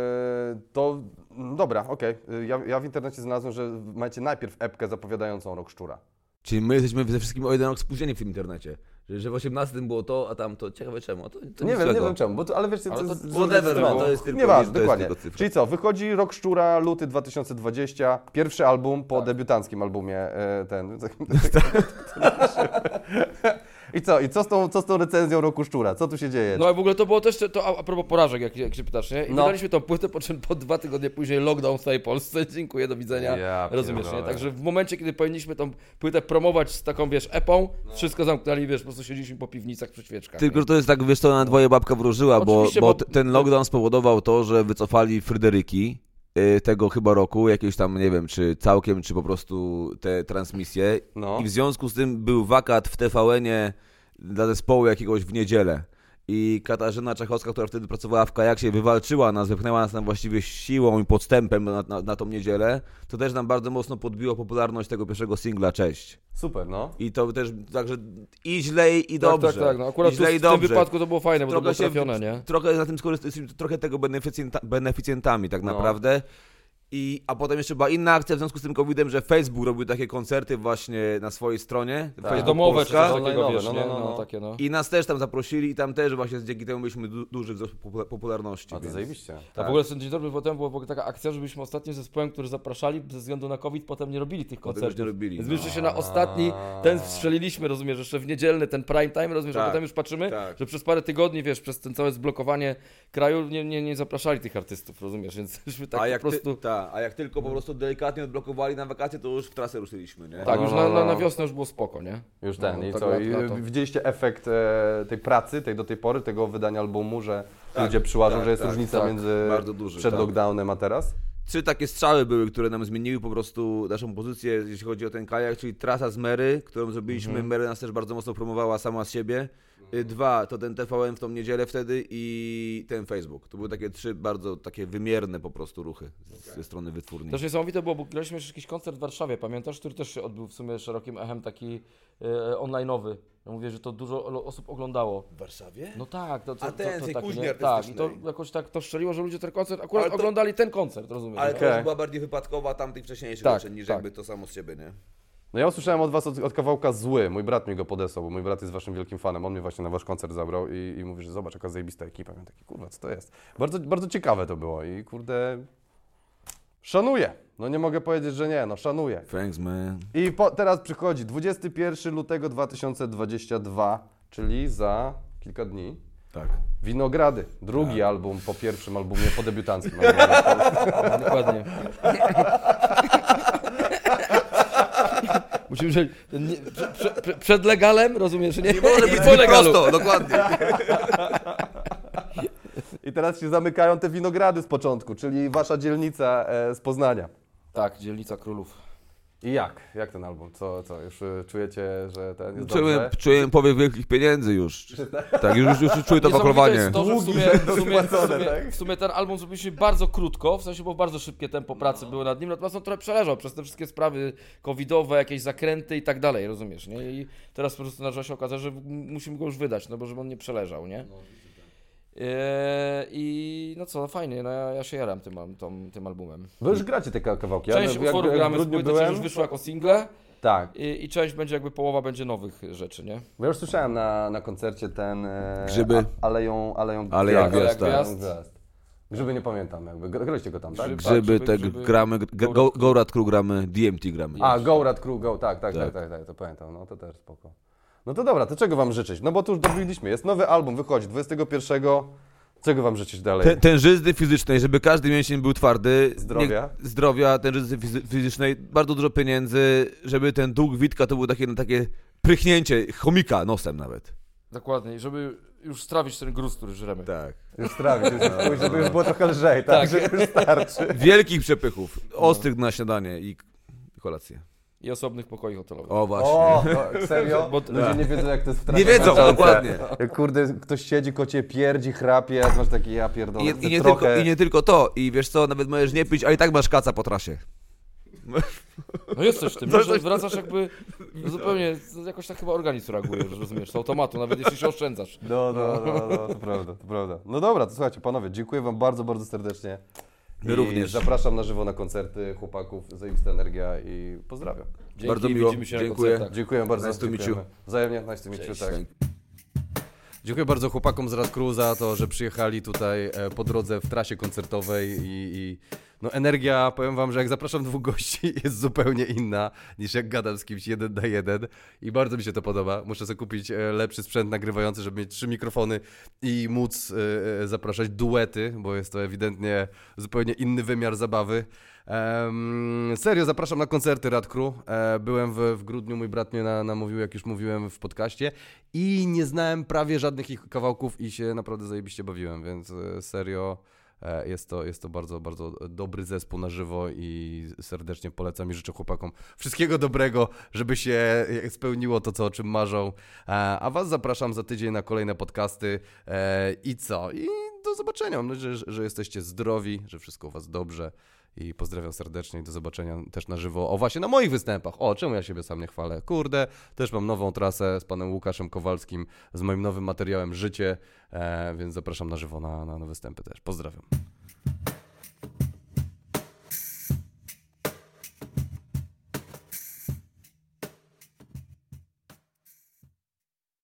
E, to, mm, dobra, okej. E, Ja, ja w internecie znalazłem, że macie najpierw epkę zapowiadającą Rok Szczura. Czyli my jesteśmy ze wszystkim o jeden rok spóźnieni w tym internecie. Że, że w osiemnastym było to, a tam to. Ciekawe czemu. To, to Nie nic wiem, nie złego. wiem czemu, bo to, ale wiesz, to, Ale to z- z- whatever, z- no, to jest tylko- Nieważne, to jest dokładnie. tylko cyfra. Czyli co, wychodzi Rok Szczura, luty dwa tysiące dwudziesty, pierwszy album po debiutanckim albumie, e, ten... I co, i co z, tą, co z tą recenzją Roku Szczura? Co tu się dzieje? No i w ogóle to było też, to a, a propos porażek, jak, jak się pytasz, nie? I No. wydaliśmy tą płytę, po czym po dwa tygodnie później lockdown w całej Polsce, dziękuję, do widzenia, Ja rozumiesz, nie? pierdolę. Także w momencie, kiedy powinniśmy tą płytę promować z taką, wiesz, epą, No. wszystko zamknęli, wiesz, po prostu siedzieliśmy po piwnicach przy świeczkach. Tylko, nie? że to jest tak, wiesz co, na dwoje babka wróżyła, bo, Oczywiście, bo bo- t- ten lockdown spowodował to, że wycofali Fryderyki y, tego chyba roku, jakieś tam, nie wiem, czy całkiem, czy po prostu te transmisje. No. I w związku z tym był wakat w T V N-ie dla zespołu jakiegoś w niedzielę. I Katarzyna Czachowska, która wtedy pracowała w Kajaksie, wywalczyła nas, wypchnęła nas tam właściwie siłą i podstępem na, na, na tą niedzielę. To też nam bardzo mocno podbiło popularność tego pierwszego singla Cześć. Super, no. I to też, także i źle, i Tak, dobrze. tak, tak, no akurat I tu, źle, i w tym dobrze. wypadku to było fajne, bo to było się- trafione, nie? Trochę na tym skorzystaliśmy, trochę tego beneficjenta, beneficjentami tak No. naprawdę. I, a potem jeszcze była inna akcja w związku z tym kowidem, że Facebook robił takie koncerty właśnie na swojej stronie. Tak. Facebook Domowe czy Polska. coś takiego, Online'owe, wiesz, no, nie? no, no, No, no. takie, no. I nas też tam zaprosili i tam też właśnie dzięki temu mieliśmy du- duży wzrost popu- popularności. A to więc- zajebiście. A Tak. w ogóle ten dzień dobry potem była w ogóle taka akcja, żebyśmy ostatnim zespołem, który zapraszali ze względu na COVID, potem nie robili tych Potem już koncertów. nie robili, Więc no. my jeszcze się na ostatni, ten strzeliliśmy, rozumiesz, jeszcze w niedzielny, ten prime time, rozumiesz, a Tak, potem już patrzymy, tak. że przez parę tygodni, wiesz, przez ten całe zblokowanie kraju nie, nie, nie zapraszali tych artystów, rozumiesz, więc myśmy tak a, po jak prostu... ty, ta, a jak tylko po prostu delikatnie odblokowali na wakacje, to już w trasę ruszyliśmy, nie? Tak, No, już no, na, na, no. na wiosnę już było spoko, nie? Już ten, No, i tak co? lat- I lato. widzieliście efekt e, tej pracy, tej do tej pory, tego wydania albumu, że Tak, ludzie przyłażą, tak, że jest tak, różnica tak. między Bardzo duży, przed tak. lockdownem a teraz? Trzy takie strzały były, które nam zmieniły po prostu naszą pozycję, jeśli chodzi o ten kajak, czyli trasa z Mery, którą zrobiliśmy. Mhm. Mary nas też bardzo mocno promowała sama z siebie. Y, Dwa, to ten T V N w tą niedzielę wtedy i ten Facebook. To były takie trzy bardzo takie wymierne po prostu ruchy z- ze strony wytwórni. Też niesamowite było, bo graliśmy jeszcze jakiś koncert w Warszawie, pamiętasz, który też się odbył w sumie szerokim echem, taki e, online'owy. Ja mówię, że to dużo o- osób oglądało. W Warszawie? No tak, to, to, A ten, to, tej to, kuźni nie? Tak, i to artystycznej. jakoś tak to strzeliło, że ludzie ten koncert, akurat Ale to- oglądali ten koncert, rozumiesz? Ale no? to już Okej. była bardziej wypadkowa tamtych wcześniejszych Tak, rzeczy, niż tak. jakby to samo z siebie, nie? No ja usłyszałem od was od, od kawałka Zły, mój brat mi go podesłał, bo mój brat jest waszym wielkim fanem, on mnie właśnie na wasz koncert zabrał i, i mówi, że zobacz jaka zajebista ekipa. Ja taki, kurwa, co to jest? Bardzo, bardzo ciekawe to było i kurde, szanuję. No nie mogę powiedzieć, że nie, no szanuję. Thanks, man. I po, teraz przychodzi dwudziestego pierwszego lutego dwa tysiące dwudziestego drugiego, czyli za kilka dni. Tak. Winogrady, drugi album po pierwszym albumie, po debiutanckim. Dokładnie. Musimy musimy wziąć nie, prze, prze, prze, przed legalem, rozumiesz? Nie, Nie może I być po legalu. prosto, dokładnie. I teraz się zamykają te winogrady z początku, czyli wasza dzielnica e, z Poznania. Tak, dzielnica królów. I jak? Jak ten album? Co, co? Już y, czujecie, że ten jest Czułem, dobrze? czułem powiew wielkich pieniędzy już. Tak, już, już, już czuję to Niesamowite pakrowanie. jest to, że w sumie, w, sumie, w, spłacone, sumie, tak? w sumie ten album zrobiliśmy bardzo krótko, w sensie było bardzo szybkie tempo pracy było nad nim, natomiast on trochę przeleżał przez te wszystkie sprawy covidowe, jakieś zakręty i tak dalej, rozumiesz, nie? I teraz po prostu zaczęła się okazać, że musimy go już wydać, no bo żeby on nie przeleżał, nie? Eee, I no co, no fajnie, no ja, ja się jaram tym, tym, tym albumem. Wy już gracie te ka- kawałki. Część ja, jak, utworów jak w gramy z grudniu płyty, byłem, część już wyszła jako single tak. i, i część będzie jakby połowa będzie nowych rzeczy, nie? Bo ja już słyszałem na, na koncercie ten... E, Grzyby. A, aleją, aleją Ale jak Gwiazd, gwiazd, tak. tak. Aleją gwiazd. Grzyby nie pamiętam jakby. Gra- Graliście go tam, tak? Grzyby. Grzyby, grzyby, te grzyby. gramy, go, go, go Rad Crew gramy, D M T gramy. A, Go Rad Crew, Go, tak, tak, tak, Tak. tak, tak, to pamiętam. No to też spoko. No to dobra, to czego wam życzyć? No bo tu już dobiliśmy. Jest nowy album, wychodzi dwudziestego pierwszego. Czego wam życzyć dalej? Ten, tężyzny fizycznej, żeby każdy mięsień był twardy. Zdrowia. Nie, zdrowia, tężyzny fizy, fizycznej, bardzo dużo pieniędzy, żeby ten dług Witka to było takie, no, takie prychnięcie chomika nosem nawet. Dokładnie, i żeby już strawić ten gruz, który żremy. Tak. Już strawić, już, żeby już było trochę lżej, tak? Tak. Żeby już starczy. Wielkich przepychów, ostrych na śniadanie i kolację. I osobnych pokoi hotelowych. O właśnie. O, to, serio? Bo- Ludzie nie wiedzą, jak to jest w Nie wiedzą, znaczące. dokładnie. Jak kurde, ktoś siedzi, kocie pierdzi, chrapie, a ty masz taki ja pierdolę, I, chcę i, nie trochę... tylko, I nie tylko to, i wiesz co, nawet możesz nie pić, a i tak masz kaca po trasie. No jest coś w tym, Coś- że wracasz jakby zupełnie, jakoś tak chyba organizm reaguje, rozumiesz, z automatu, nawet jeśli się oszczędzasz. No, no, no, no, to prawda, to prawda. No dobra, to słuchajcie, panowie, dziękuję wam bardzo, bardzo serdecznie. My I również. zapraszam na żywo na koncerty chłopaków, zajebista energia i pozdrawiam. Dzięki, Bardzo miło, widzimy się na dziękuję. koncertach. Dziękuję bardzo. Nice to meet you. dziękujemy. Wzajemnie, nice to meet you, Cześć. tak. Dziękuję bardzo chłopakom z Rad Crew za to, że przyjechali tutaj e, po drodze w trasie koncertowej i, i no energia, powiem wam, że jak zapraszam dwóch gości jest zupełnie inna niż jak gadam z kimś jeden na jeden i bardzo mi się to podoba. Muszę sobie kupić e, lepszy sprzęt nagrywający, żeby mieć trzy mikrofony i móc e, e, zapraszać duety, bo jest to ewidentnie zupełnie inny wymiar zabawy. Um, serio, zapraszam na koncerty Rad Crew. E, byłem w, w grudniu, mój brat mnie na, namówił, jak już mówiłem w podcaście i nie znałem prawie żadnych ich kawałków i się naprawdę zajebiście bawiłem, więc e, serio e, jest to, jest to bardzo, bardzo dobry zespół na żywo i serdecznie polecam i życzę chłopakom wszystkiego dobrego, żeby się spełniło to, co o czym marzą. E, a was zapraszam za tydzień na kolejne podcasty e, i co? I do zobaczenia. Mam nadzieję, że, że jesteście zdrowi, że wszystko u was dobrze. I pozdrawiam serdecznie i do zobaczenia też na żywo. O, właśnie na moich występach. O, czemu ja siebie sam nie chwalę? Kurde, też mam nową trasę z panem Łukaszem Kowalskim, z moim nowym materiałem Życie, e, więc zapraszam na żywo na, na, na występy też. Pozdrawiam.